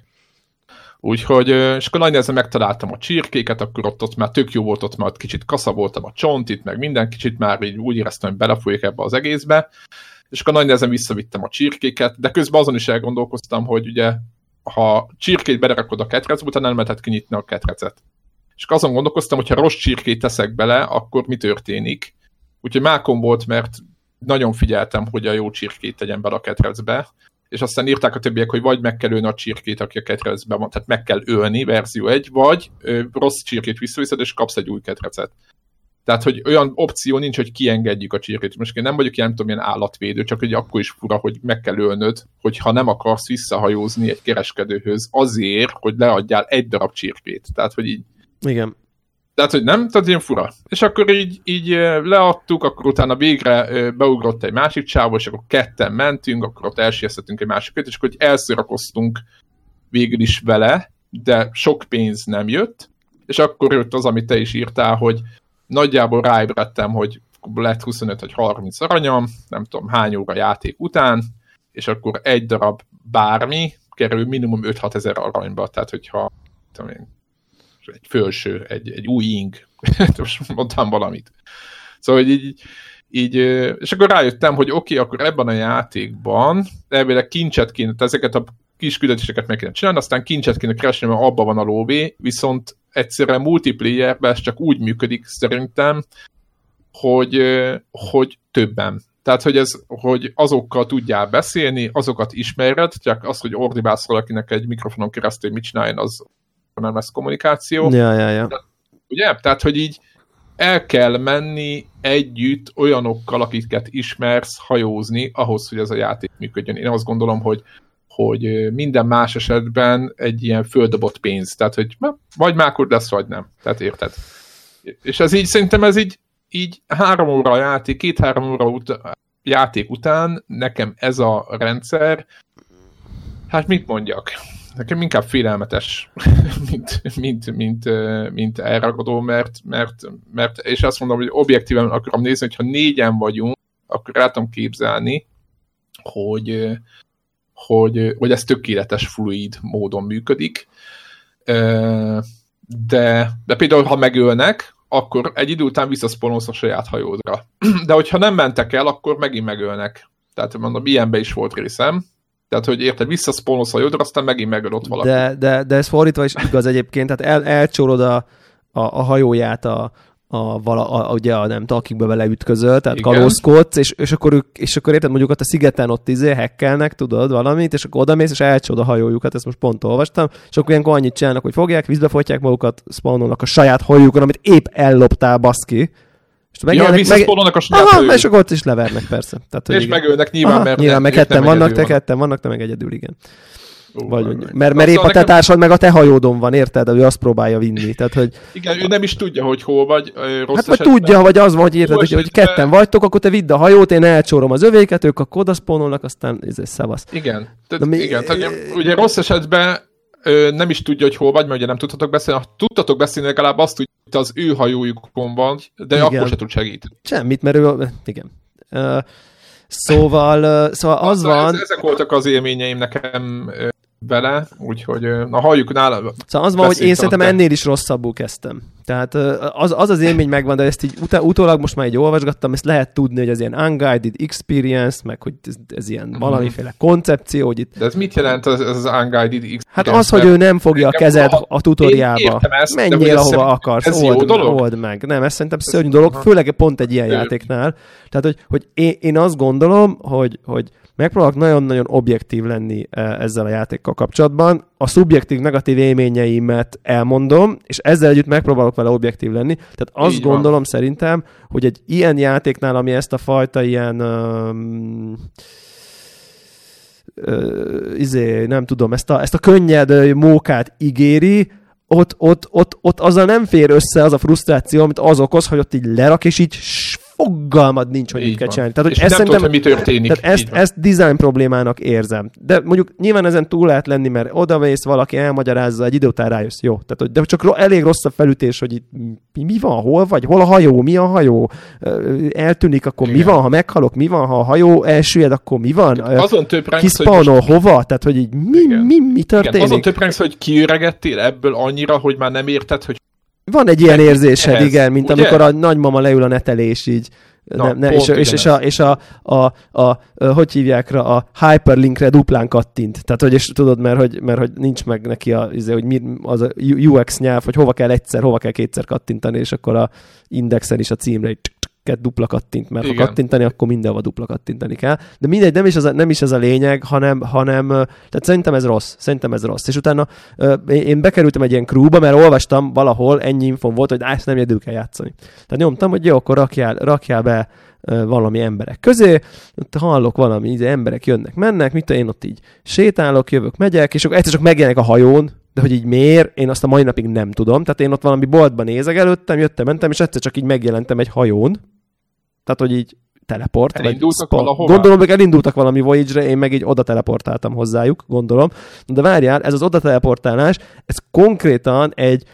Úgyhogy, és akkor nagy nehezen megtaláltam a csirkéket, akkor ott, ott már tök jó volt, ott már kicsit kasza voltam a csontit, meg minden, kicsit már így úgy éreztem, hogy belefolyik ebbe az egészbe, és akkor nagy nehezen visszavittem a csirkéket, de közben azon is elgondolkoztam, hogy ugye, ha csirkét belerakod a ketrecbe, utána nem lehetett kinyitni a ketrecet. És akkor azon gondolkoztam, hogy ha rossz csirkét teszek bele, akkor mi történik. Úgyhogy mákom volt, mert nagyon figyeltem, hogy a jó csirkét tegyen bele a ketrecbe, és aztán írták a többiek, hogy vagy meg kell ölni a csirkét, aki a ketrecben van, tehát meg kell ölni, verzió egy, vagy ö, rossz csirkét visszaviszed, és kapsz egy új ketrecet. Tehát, hogy olyan opció nincs, hogy kiengedjük a csirkét. Most én nem vagyok ilyen, nem tudom, ilyen állatvédő, csak hogy akkor is fura, hogy meg kell ölnöd, hogyha nem akarsz visszahajózni egy kereskedőhöz azért, hogy leadjál egy darab csirkét. Tehát, hogy így... Igen. Tehát, hogy nem? Tehát ilyen fura. És akkor így, így leadtuk, akkor utána végre beugrott egy másik csávó, és akkor ketten mentünk, akkor ott elsiesztettünk egy másikat, és akkor elszórakoztunk végül is vele, de sok pénz nem jött, és akkor jött az, amit te is írtál, hogy nagyjából ráébredtem, hogy lett huszonöt vagy harminc aranyam, nem tudom hány óra játék után, és akkor egy darab bármi kerül minimum öt-hat ezer aranyba, tehát hogyha tudom én, egy fölső, egy, egy új ing, most mondtam valamit. Szóval hogy így, így, és akkor rájöttem, hogy oké, okay, akkor ebben a játékban elvileg kincset kéne, ezeket a kis küldetéseket meg kéne csinálni, aztán kincset kéne keresni, mert abban van a lóvé, viszont egyszerűen multiplayerben ez csak úgy működik szerintem, hogy, hogy többen. Tehát, hogy, ez, hogy azokkal tudjál beszélni, azokat ismered, csak az, hogy ordibálsz valakinek egy mikrofonon keresztül, mit csináljon, az nem lesz kommunikáció. Ja, ja, ja. De, ugye? Tehát, hogy így el kell menni együtt olyanokkal, akiket ismersz, hajózni, ahhoz, hogy ez a játék működjön. Én azt gondolom, hogy, hogy minden más esetben egy ilyen földobott pénz. Tehát, hogy vagy mákod lesz, vagy nem. Tehát érted? És ez így, szerintem ez így, így három óra a játék, két-három óra ut- játék után nekem ez a rendszer, hát mit mondjak? Nekem inkább félelmetes, mint, mint, mint, mint elragadó, mert, mert, mert, és azt mondom, hogy objektíven akarom nézni, hogyha négyen vagyunk, akkor el tudom képzelni, hogy, hogy, hogy ez tökéletes fluid módon működik. De, de például, ha megölnek, akkor egy idő után visszaszpolnolsz a saját hajódra. De hogyha nem mentek el, akkor megint megölnek. Tehát mondom, ilyenben is volt részem. Tehát, hogy érted, visszaszpolnolsz a hajódra, aztán megint megölött valaki. De, de, de ez fordítva is igaz egyébként, tehát el, elcsórod a, a, a hajóját a, a, vala, a, ugye a nem akikbe beleütközöl, tehát kalózkodsz, és, és, akkor ők, és akkor érted, mondjuk ott a szigeten ott izé hekkelnek, tudod, valamit, és akkor odamész, és elcsórod a hajójukat, ezt most pont olvastam, és akkor ilyenkor annyit csinálnak, hogy fogják, vízbe fogyják magukat, spawnolnak a saját hajukon, amit épp elloptál, baszki. Ja, visszaszpololnak a saját hajójuk. Aha, és akkor ott is levernek, persze. Tehát, és igen. megölnek nyilván, aha, mert nyilván, meg ketten vannak, te ketten vannak, te meg egyedül, igen. Ó, Vagy, meg. Mert, mert épp a te társad meg a te hajódon van, érted? Ő azt próbálja vinni. Tehát, hogy... Igen, ő nem is tudja, hogy hol vagy. Rossz hát vagy tudja, vagy az van, hogy érted, hogy, hogy ketten vagytok, akkor te vidd a hajót, én elcsórom az övéket, ők akkor odaszpónolnak, aztán ez szavasz. Igen. Tehát, mi... igen. Tehát, ugye rossz esetben nem is tudja, hogy hol vagy, mert ugye nem tudhatok beszélni. Ha tudtatok beszélni, legalább azt tudja, hogy az ő hajójukon van, de igen. Akkor se tud segíteni. Semmit, mert ő... Igen. Uh, szóval, uh, szóval az, az van... Ezek voltak az élményeim nekem vele, úgyhogy a halljuk nála... Szóval az van, hogy én szerintem ennél is rosszabbul kezdtem. Tehát az az, az élmény megvan, de ezt így ut- utólag most már így olvasgattam, ezt lehet tudni, hogy ez ilyen unguided experience, meg hogy ez, ez ilyen uh-huh. valamiféle koncepció, hogy itt... De ez mit jelent az, az unguided experience? Hát az, hogy ő nem fogja a kezed a tutoriába. Ezt, menjél, ahova akarsz, old, old meg. Nem, ez szerintem szörnyű dolog, főleg pont egy ilyen játéknál. Tehát, hogy, hogy én, én azt gondolom, hogy, hogy megpróbálok nagyon-nagyon objektív lenni ezzel a játékkal kapcsolatban. A szubjektív negatív élményeimet elmondom, és ezzel együtt megpróbálok vele objektív lenni. Tehát azt Így gondolom van. Szerintem, hogy egy ilyen játéknál, ami ezt a fajta ilyen um, uh, izé, nem tudom, ezt a, ezt a könnyed mókát ígéri, ott, ott, ott, ott azzal nem fér össze az a frusztráció, amit az okoz, hogy ott így lerak, és így fogalmad nincs, hogy mit kell csinálni. Tehát, hogy és ezt nem tudod, hogy mi történik. Tehát ezt, ezt design problémának érzem. De mondjuk nyilván ezen túl lehet lenni, mert odavész, valaki elmagyarázza, egy idő után rájössz, jó. Tehát, hogy de csak elég rossz a felütés, hogy itt mi, mi van, hol vagy, hol a hajó, mi a hajó, eltűnik, akkor igen. Mi van, ha meghalok, mi van, ha a hajó elsüllyed, akkor mi van? Azon több kiszpanol, most... hova? Tehát, hogy így mi, mi, mi, mi történik? Igen. Azon több rángsz, hogy kiüregettél ebből annyira, hogy már nem érted, hogy van egy ilyen érzésed, ehhez, igen, mint ugye? Amikor a nagymama leül a netelés így. Na, nem, nem, és, és, és, a, és a, a, a, a, hogy hívják rá, a hyperlinkre duplán kattint. Tehát, hogy és tudod, mert hogy, mert, hogy nincs meg neki a, hogy mi, az a u exi nyelv, hogy hova kell egyszer, hova kell kétszer kattintani, és akkor a indexen is a címre így dupla kattint, mert igen. Ha kattintani, akkor mindenhova dupla kattintani kell. De mindegy, nem is, az a, nem is ez a lényeg, hanem, hanem, tehát szerintem ez rossz. Szerintem ez rossz. És utána én bekerültem egy ilyen crewba, mert olvastam valahol, ennyi infom volt, hogy ezt nem egyedül kell játszani. Tehát nyomtam, hogy jó, akkor rakjál, rakjál be valami emberek közé, ott hallok valami, így emberek jönnek, mennek, mit én ott így sétálok, jövök, megyek, és akkor egyszer csak megjelenek a hajón, de hogy így miért, én azt a mai napig nem tudom. Tehát én ott valami boltban nézegelődtem, jöttem, mentem, és egyszer csak így megjelentem egy hajón. Tehát, hogy így teleport. Elindultak vagy gondolom, hogy elindultak valami Voyage-re, én meg így oda teleportáltam hozzájuk, gondolom. De várjál, ez az oda teleportálás, ez konkrétan egy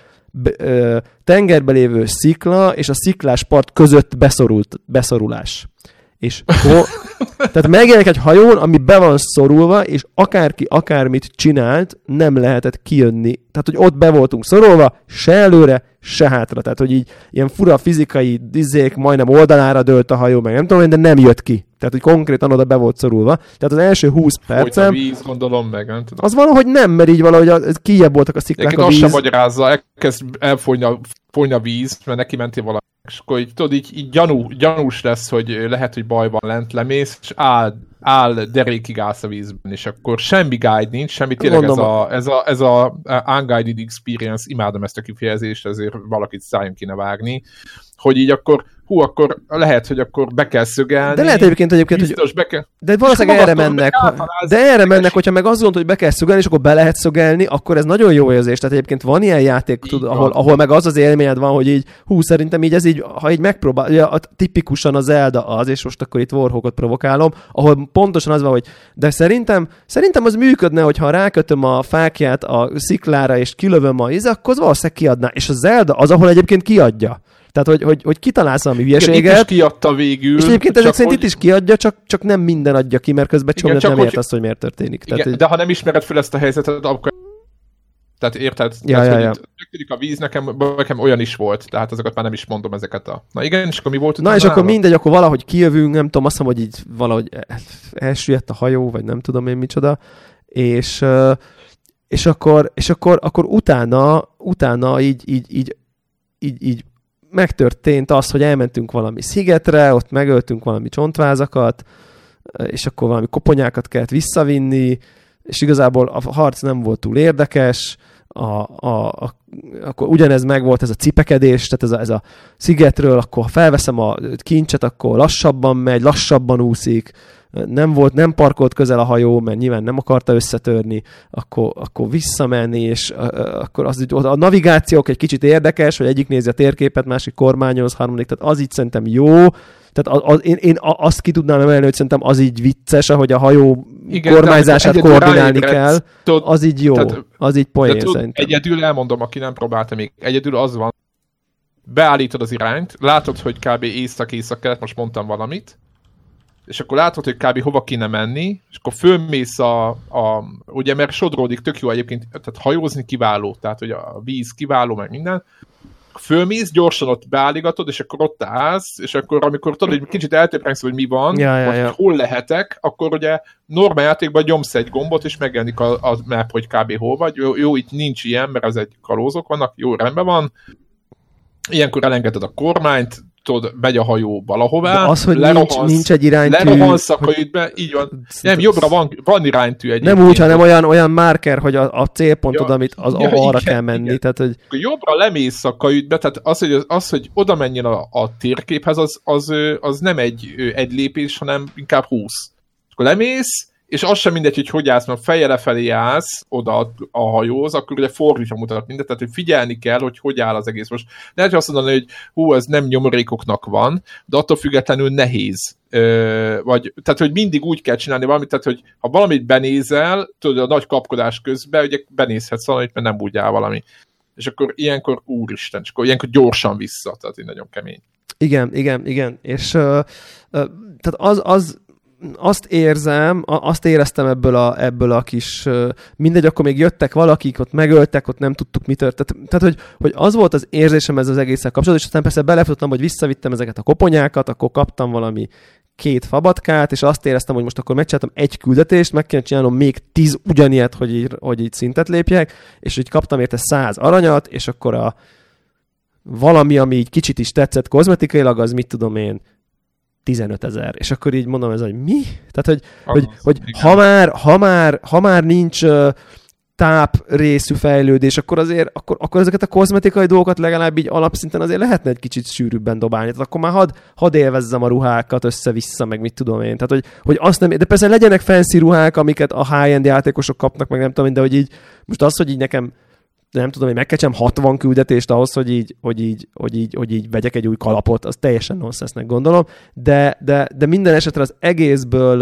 ö, tengerbe lévő szikla és a sziklás part között beszorult, beszorulás. És ho, tehát megjelenik egy hajón, ami be van szorulva, és akárki akármit csinált, nem lehetett kijönni. Tehát, hogy ott be voltunk szorulva, se előre, se hátra. Tehát, hogy így ilyen fura fizikai dizék, majdnem oldalára dőlt a hajó, meg nem tudom, de nem jött ki. Tehát, hogy konkrétan oda be volt szorulva. Tehát az első húsz percem... Folyt a víz, gondolom meg, nem tudom. Az valahogy nem, mert így valahogy az, kijebb voltak a sziklák a víz. Azt sem magyarázza, elkezd elfolyni a, folyni a víz, mert neki mentél valami. És akkor így, tudod, így, így gyanú, gyanús lesz, hogy lehet, hogy baj van lent, lemész, és áll, áll derékig állsz a vízben, és akkor semmi guide nincs, semmi, tényleg ez a, ez, a, ez a unguided experience, imádom ezt a kifejezést, ezért valakit szálljon kéne vágni, hogy így akkor, hú, akkor lehet, hogy akkor be kell szögelni. De lehet egyébként, egyébként hogy... Be kell... De valószínűleg erre mennek. De erre mennek, hogyha meg azt gondolod, hogy be kell szögelni, és akkor be lehet szögelni, akkor ez nagyon jó érzés. Tehát egyébként van ilyen játék, tud, ahol, ahol meg az az élményed van, hogy így, hú, szerintem így ez így, ha így megpróbál, ugye, tipikusan a Zelda az, és most akkor itt Warhawkot provokálom, ahol pontosan az van, hogy de szerintem, szerintem az működne, hogyha rákötöm a fákját a sziklára, és kilövöm a íz, akkor az valószínűleg kiadná. És a Zelda az, ahol egyébként kiadja. Tehát, hogy, hogy, hogy kitalálsz valami hülyeséget. Igen, itt is kiadta végül. És egyébként ezek szerint hogy... itt is kiadja, csak, csak nem minden adja ki, mert közben csomót nem hogy... ért azt, hogy miért történik. Igen, Tehát, de ha nem ismered fel ezt a helyzetet, akkor... Tehát érted? Ja, tehát, ja, ja. Itt a víz, nekem, nekem olyan is volt, tehát azokat már nem is mondom ezeket a... Na igen, és akkor mi volt? Na és akkor mindegy, akkor valahogy kijövünk, nem tudom, azt mondom, hogy így valahogy elsüllyedt a hajó, vagy nem tudom én micsoda, és, és akkor, és akkor, akkor utána, utána így, így, így, így, így megtörtént az, hogy elmentünk valami szigetre, ott megöltünk valami csontvázakat, és akkor valami koponyákat kellett visszavinni, és igazából a harc nem volt túl érdekes, a, a, a, akkor ugyanez megvolt ez a cipekedés, tehát ez a, ez a szigetről, akkor ha felveszem a kincset, akkor lassabban megy, lassabban úszik, nem volt, nem parkolt közel a hajó, mert nyilván nem akarta összetörni, akkor, akkor visszamenni, és uh, akkor az, a navigációk egy kicsit érdekes, hogy egyik nézi a térképet, másik kormányoz, harmadik, tehát az így szerintem jó, tehát az, én, én azt ki tudnám emelni, hogy szerintem az így vicces, ahogy a hajó igen, kormányzását koordinálni kell, tud, az így jó, tehát, az így poén szerintem. Egyedül elmondom, aki nem próbálta még, egyedül az van, beállítod az irányt, látod, hogy kb. észak-észak-kelet, most mondtam valamit, és akkor látod, hogy kb. Hova kéne menni, és akkor fölmész a, a ugye, mert sodródik, tök jó egyébként, tehát hajózni kiváló, tehát hogy a víz kiváló, meg minden, fölmész, gyorsan ott beállígatod, és akkor ott állsz, és akkor amikor tudod, hogy kicsit eltöprengsz, hogy mi van, ja, ja, vagy ja. hol lehetek, akkor ugye normál játékban nyomsz egy gombot, és megjelenik a, a map, hogy kb. Hol vagy. Jó, jó, itt nincs ilyen, mert az egy kalózok vannak, jó, rendben van. Ilyenkor elengeded a kormányt, tudod, megy a hajó valahová. De az, hogy nincs, nincs egy iránytű. Lerohansz a kajütbe, így van. Nem, jobbra van, van iránytű egy. Nem úgy, hanem olyan, olyan marker, hogy a, a célpontod, ja, amit az, ja, arra igen, kell menni. Igen. Tehát, hogy... Jobbra lemész a kajütbe, tehát az, hogy, az, hogy oda menjen a, a térképhez, az, az, az nem egy, egy lépés, hanem inkább húsz. Akkor lemész, és az sem mindegy, hogy hogy állsz, mert fejjel lefelé állsz oda a hajóhoz, akkor ugye fordítva mutat mindent, tehát hogy figyelni kell, hogy hogy áll az egész. Most lehet azt mondani, hogy hú, ez nem nyomorékoknak van, de attól függetlenül nehéz. Ö, vagy, tehát, hogy mindig úgy kell csinálni valamit, tehát, hogy ha valamit benézel, tudod, a nagy kapkodás közben, ugye benézhetsz valamit, mert nem úgy áll valami. És akkor ilyenkor, úristen, és akkor ilyenkor gyorsan vissza, tehát így nagyon kemény. Igen, igen, igen. És uh, uh, tehát az, az azt érzem, azt éreztem ebből a, ebből a kis, mindegy, akkor még jöttek valakik, ott megöltek, ott nem tudtuk mi történt. Tehát, hogy, hogy az volt az érzésem ez az egészen kapcsolatban, és aztán persze belefutottam, hogy visszavittem ezeket a koponyákat, akkor kaptam valami két fabatkát, és azt éreztem, hogy most akkor megcsináltam egy küldetést, meg kéne csinálnom még tíz ugyanilyet, hogy így, hogy így szintet lépjek, és így kaptam érte száz aranyat, és akkor a valami, ami így kicsit is tetszett kozmetikailag, az mit tudom én, tizenötezer. És akkor így mondom, ez, hogy mi? Tehát, hogy, hogy, hogy ha, már, ha, már, ha már nincs uh, táp részű fejlődés, akkor azért akkor, akkor ezeket a kozmetikai dolgokat legalább így alapszinten azért lehetne egy kicsit sűrűbben dobálni. Tehát akkor már hadd had élvezzem a ruhákat össze-vissza, meg mit tudom én. Tehát, hogy, hogy azt nem, de persze legyenek fancy ruhák, amiket a high-end játékosok kapnak, meg nem tudom, de hogy így most az, hogy így nekem nem tudom, hogy megkecsem hatvan küldetést ahhoz, hogy így, hogy, így, hogy, így, hogy így vegyek egy új kalapot, az teljesen nonsensnek gondolom, de, de, de minden esetre az egészből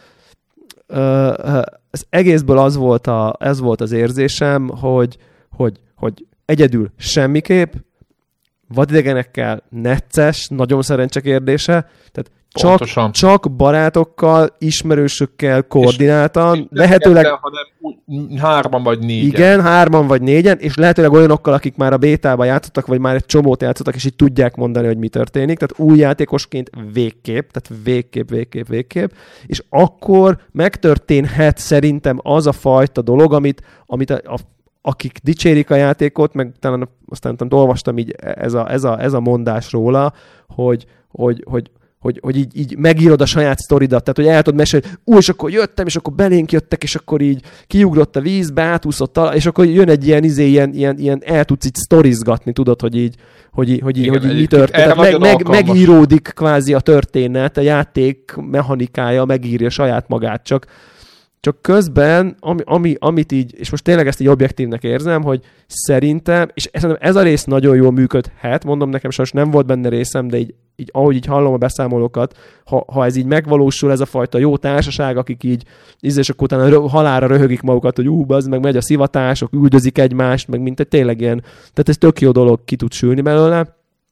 uh, uh, az egészből az volt, a, ez volt az érzésem, hogy, hogy, hogy egyedül semmiképp, vadidegenekkel necces, nagyon szerencse kérdése, tehát Csak, csak barátokkal, ismerősökkel koordináltan, lehetőleg... hanem hárman vagy négyen. Igen, hárman vagy négyen, és lehetőleg olyanokkal, akik már a bétában játszottak, vagy már egy csomót játszottak, és így tudják mondani, hogy mi történik. Tehát új játékosként végképp, tehát végképp, végképp, végképp. És akkor megtörténhet szerintem az a fajta dolog, amit, amit a, a akik dicsérik a játékot, meg talán aztán tudom, olvastam így ez a, ez a, ez a mondás róla, hogy, hogy, hogy Hogy, hogy így, így megírod a saját sztoridat, tehát hogy el tudod mesélni, ú, és akkor jöttem, és akkor belénk jöttek, és akkor így kiugrott a vízbe, átúszott, és akkor jön egy ilyen, izé, ilyen, ilyen, ilyen el tudsz így sztorizgatni, tudod, hogy így, hogy így, hogy így, Igen, hogy így mi történt. Meg, meg, megíródik kvázi a történet, a játék mechanikája megírja saját magát, csak Csak közben, ami, ami, amit így, és most tényleg ezt így objektívnek érzem, hogy szerintem, és ez a rész nagyon jól működhet, mondom nekem sajnos nem volt benne részem, de így, így ahogy így hallom a beszámolókat, ha, ha ez így megvalósul, ez a fajta jó társaság, akik így, és akkor utána halálra röhögik magukat, hogy ú, az meg megy a szivatások, üldözik egymást, meg mint egy tényleg ilyen, tehát ez tök jó dolog, ki tud sülni belőle,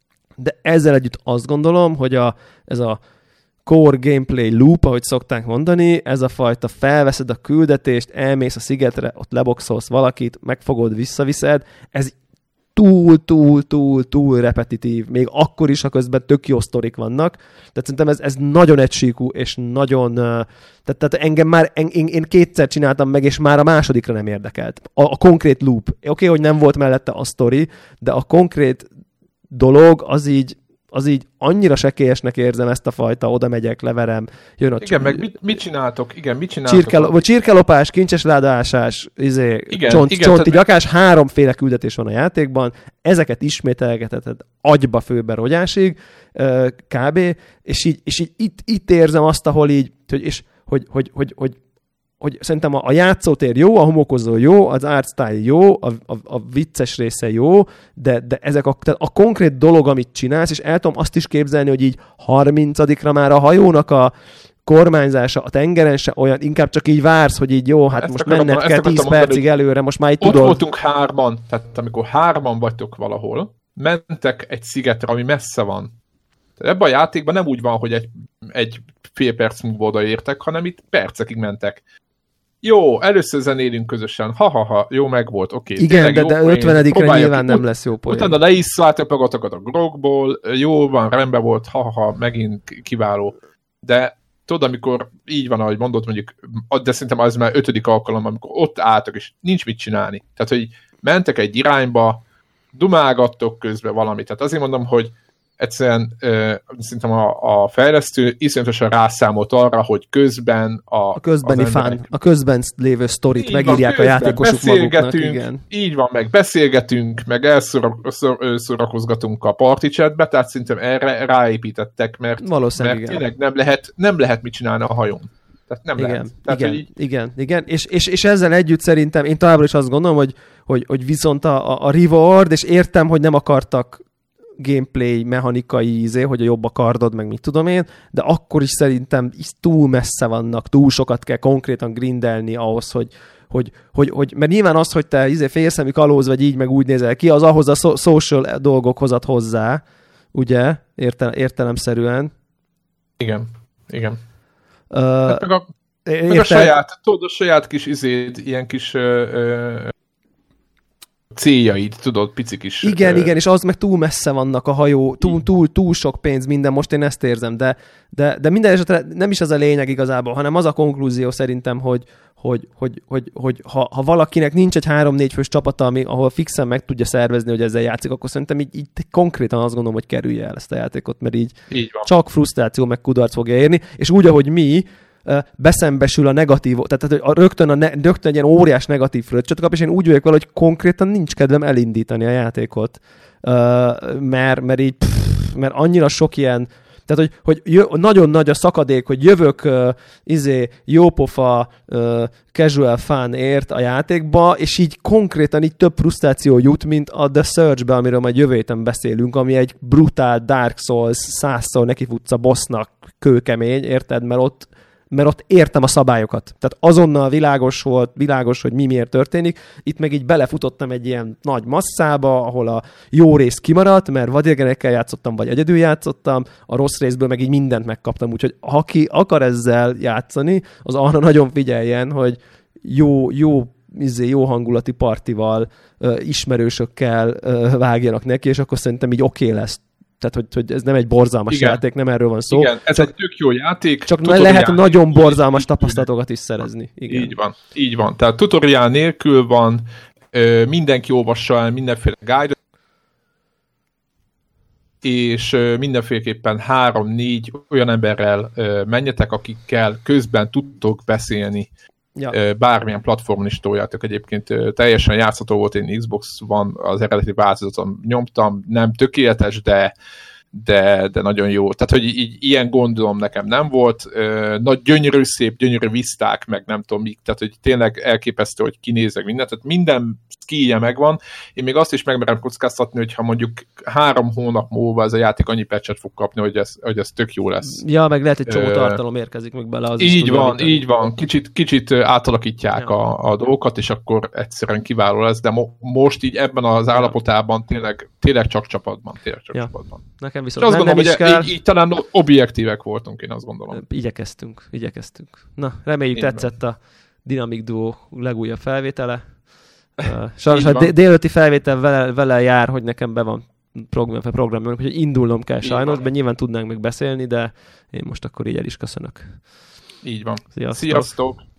de ezzel együtt azt gondolom, hogy a, ez a core gameplay loop, ahogy szokták mondani, ez a fajta felveszed a küldetést, elmész a szigetre, ott leboxolsz valakit, megfogod, visszaviszed, ez túl, túl, túl, túl repetitív, még akkor is, ha közben tök jó sztorik vannak, tehát szerintem ez, ez nagyon egysíkú, és nagyon, tehát, tehát engem már, én, én kétszer csináltam meg, és már a másodikra nem érdekelt. A, a konkrét loop. Oké, okay, hogy nem volt mellette a sztori, de a konkrét dolog az így, az így annyira sekélyesnek érzem ezt a fajta, oda megyek, leverem, jön a... Igen, meg mit, mit csináltok? Igen, mit csináltok? Csirke, vagy csirkelopás, kincses ládásás, izé, igen, csont, igen, csont, így akár háromféle küldetés van a játékban, ezeket ismételgetheted agyba főbe rogyásig, kb. És így, és így itt, itt érzem azt, ahol így, hogy, és, hogy, hogy, hogy, hogy hogy szerintem a, a játszótér jó, a homokozó jó, az art style jó, a, a, a vicces része jó, de, de ezek a, tehát a konkrét dolog, amit csinálsz, és el tudom azt is képzelni, hogy így harmincadikra már a hajónak a kormányzása a tengeren se olyan, inkább csak így vársz, hogy így jó, hát ezt most menned kell tíz percig mondani, előre, most már így ott tudod. Ott voltunk hárman, tehát amikor hárman vagytok valahol, mentek egy szigetre, ami messze van. Tehát ebben a játékban nem úgy van, hogy egy, egy fél perc múlva odaértek, hanem itt percekig mentek. jó, először zenélünk közösen, ha-ha-ha, jó, megvolt, oké. Okay. Igen, de, de ötvenedikre nyilván nem lesz jó poén. Utána le is szálltak magatokat a grogból, jó van, rendben volt, ha-ha, megint kiváló. De tudod, amikor így van, ahogy mondod, mondjuk, de szerintem az már ötödik alkalom, amikor ott álltak, és nincs mit csinálni. Tehát, hogy mentek egy irányba, dumálgattok közben valamit. Tehát azért mondom, hogy egyszerűen uh, szerintem a, a fejlesztő iszonyatosan rászámolt arra, hogy közben a, a közbeni fán, a közben lévő sztorit megírják van, a játékosok maguknak. Igen. Így van, meg beszélgetünk, meg elszórakozgatunk a party chatbe, tehát szerintem erre ráépítettek, mert, mert tényleg nem lehet, nem lehet mit csinálni a hajón. Tehát nem igen, lehet. Tehát, igen, így... igen, igen, és, és, és ezzel együtt szerintem én továbbra is azt gondolom, hogy, hogy, hogy viszont a, a reward, és értem, hogy nem akartak gameplay, mechanikai ízé, hogy a jobb a kardod, meg mit tudom én, de akkor is szerintem is túl messze vannak, túl sokat kell konkrétan grindelni ahhoz, hogy, hogy, hogy, hogy mert nyilván az, hogy te izé félszemű kalóz vagy így, meg úgy nézel ki, az ahhoz a so- social dolgokhoz ad hozzá, ugye, Értel- értelemszerűen. Igen, igen. Uh, hát meg a, meg a saját, tudod, a saját kis izéd, ilyen kis ö, ö, céljaid, tudod, picik is. Igen, ö... igen, és az meg túl messze vannak a hajó, túl, túl, túl sok pénz minden, most én ezt érzem, de, de, de minden esetre nem is ez a lényeg igazából, hanem az a konklúzió szerintem, hogy, hogy, hogy, hogy, hogy ha, ha valakinek nincs egy három-négy fős csapata, ami, ahol fixen meg tudja szervezni, hogy ezzel játszik, akkor szerintem így, így konkrétan azt gondolom, hogy kerülje el ezt a játékot, mert így, így csak frusztráció meg kudarc fogja érni, és úgy, ahogy mi, beszembesül a negatív, tehát a, rögtön, a ne, rögtön egy ilyen óriás negatív fröccsöt kap, és én úgy vagyok vele, hogy konkrétan nincs kedvem elindítani a játékot, uh, mert, mert így, pff, mert annyira sok ilyen, tehát, hogy, hogy jö, nagyon nagy a szakadék, hogy jövök uh, izé, jópofa uh, casual fun ért a játékba, és így konkrétan így több frusztráció jut, mint a The Surge-be, amiről majd jövő héten beszélünk, ami egy brutál Dark Souls százszor nekifutsz a bossnak kőkemény, érted? Mert ott mert ott értem a szabályokat. Tehát azonnal világos volt, világos, hogy mi miért történik. Itt meg így belefutottam egy ilyen nagy masszába, ahol a jó rész kimaradt, mert vadérgenekkel játszottam, vagy egyedül játszottam, a rossz részből meg így mindent megkaptam. Úgyhogy ha ki akar ezzel játszani, az arra nagyon figyeljen, hogy jó, jó, izé, jó hangulati partival, ismerősökkel vágjanak neki, és akkor szerintem így oké okay lesz. Tehát, hogy, hogy ez nem egy borzalmas igen. játék, nem erről van szó. Igen, ez csak, egy tök jó játék. Csak lehet játék, nagyon borzalmas tapasztalatokat is szerezni. Igen. Így van, így van. Tehát tutoriál nélkül van, mindenki olvassa el mindenféle guide, és mindenféleképpen három-négy olyan emberrel menjetek, akikkel közben tudtok beszélni. Ja. Bármilyen platformon is toljátok, egyébként teljesen játszható volt, én Xbox van, az eredeti változaton nyomtam, nem tökéletes, de, de, de nagyon jó. Tehát, hogy így, ilyen gondolom nekem nem volt. Nagy gyönyörű szép, gyönyörű viszták, meg nem tudom mik, tehát, hogy tényleg elképesztő, hogy kinézek mindent, tehát minden skillje megvan. Én még azt is megmerem kockáztatni, hogyha mondjuk három hónap múlva ez a játék annyi patchet fog kapni, hogy ez, hogy ez tök jó lesz. Ja, meg lehet egy csomó tartalom érkezik meg bele. Az így van, javítani. Így van. Kicsit, kicsit átalakítják ja. a, a dolgokat, és akkor egyszerűen kiváló lesz, de mo- most így ebben az állapotában tényleg, tényleg csak csapatban. Tényleg csak ja. csapatban. Nekem viszont nem, nem, nem is kell. Így, így talán objektívek voltunk, én azt gondolom. Igyekeztünk, igyekeztünk. Na, reméljük én tetszett van. A Dynamic Duo legújabb felvétele. Uh, sajnos a d- délőtti felvétel vele, vele jár, hogy nekem be van program, programjunk, hogy indulnom kell sajnos, de nyilván tudnánk meg beszélni, de én most akkor így el is köszönök. Így van. Sziasztok! Sziasztok.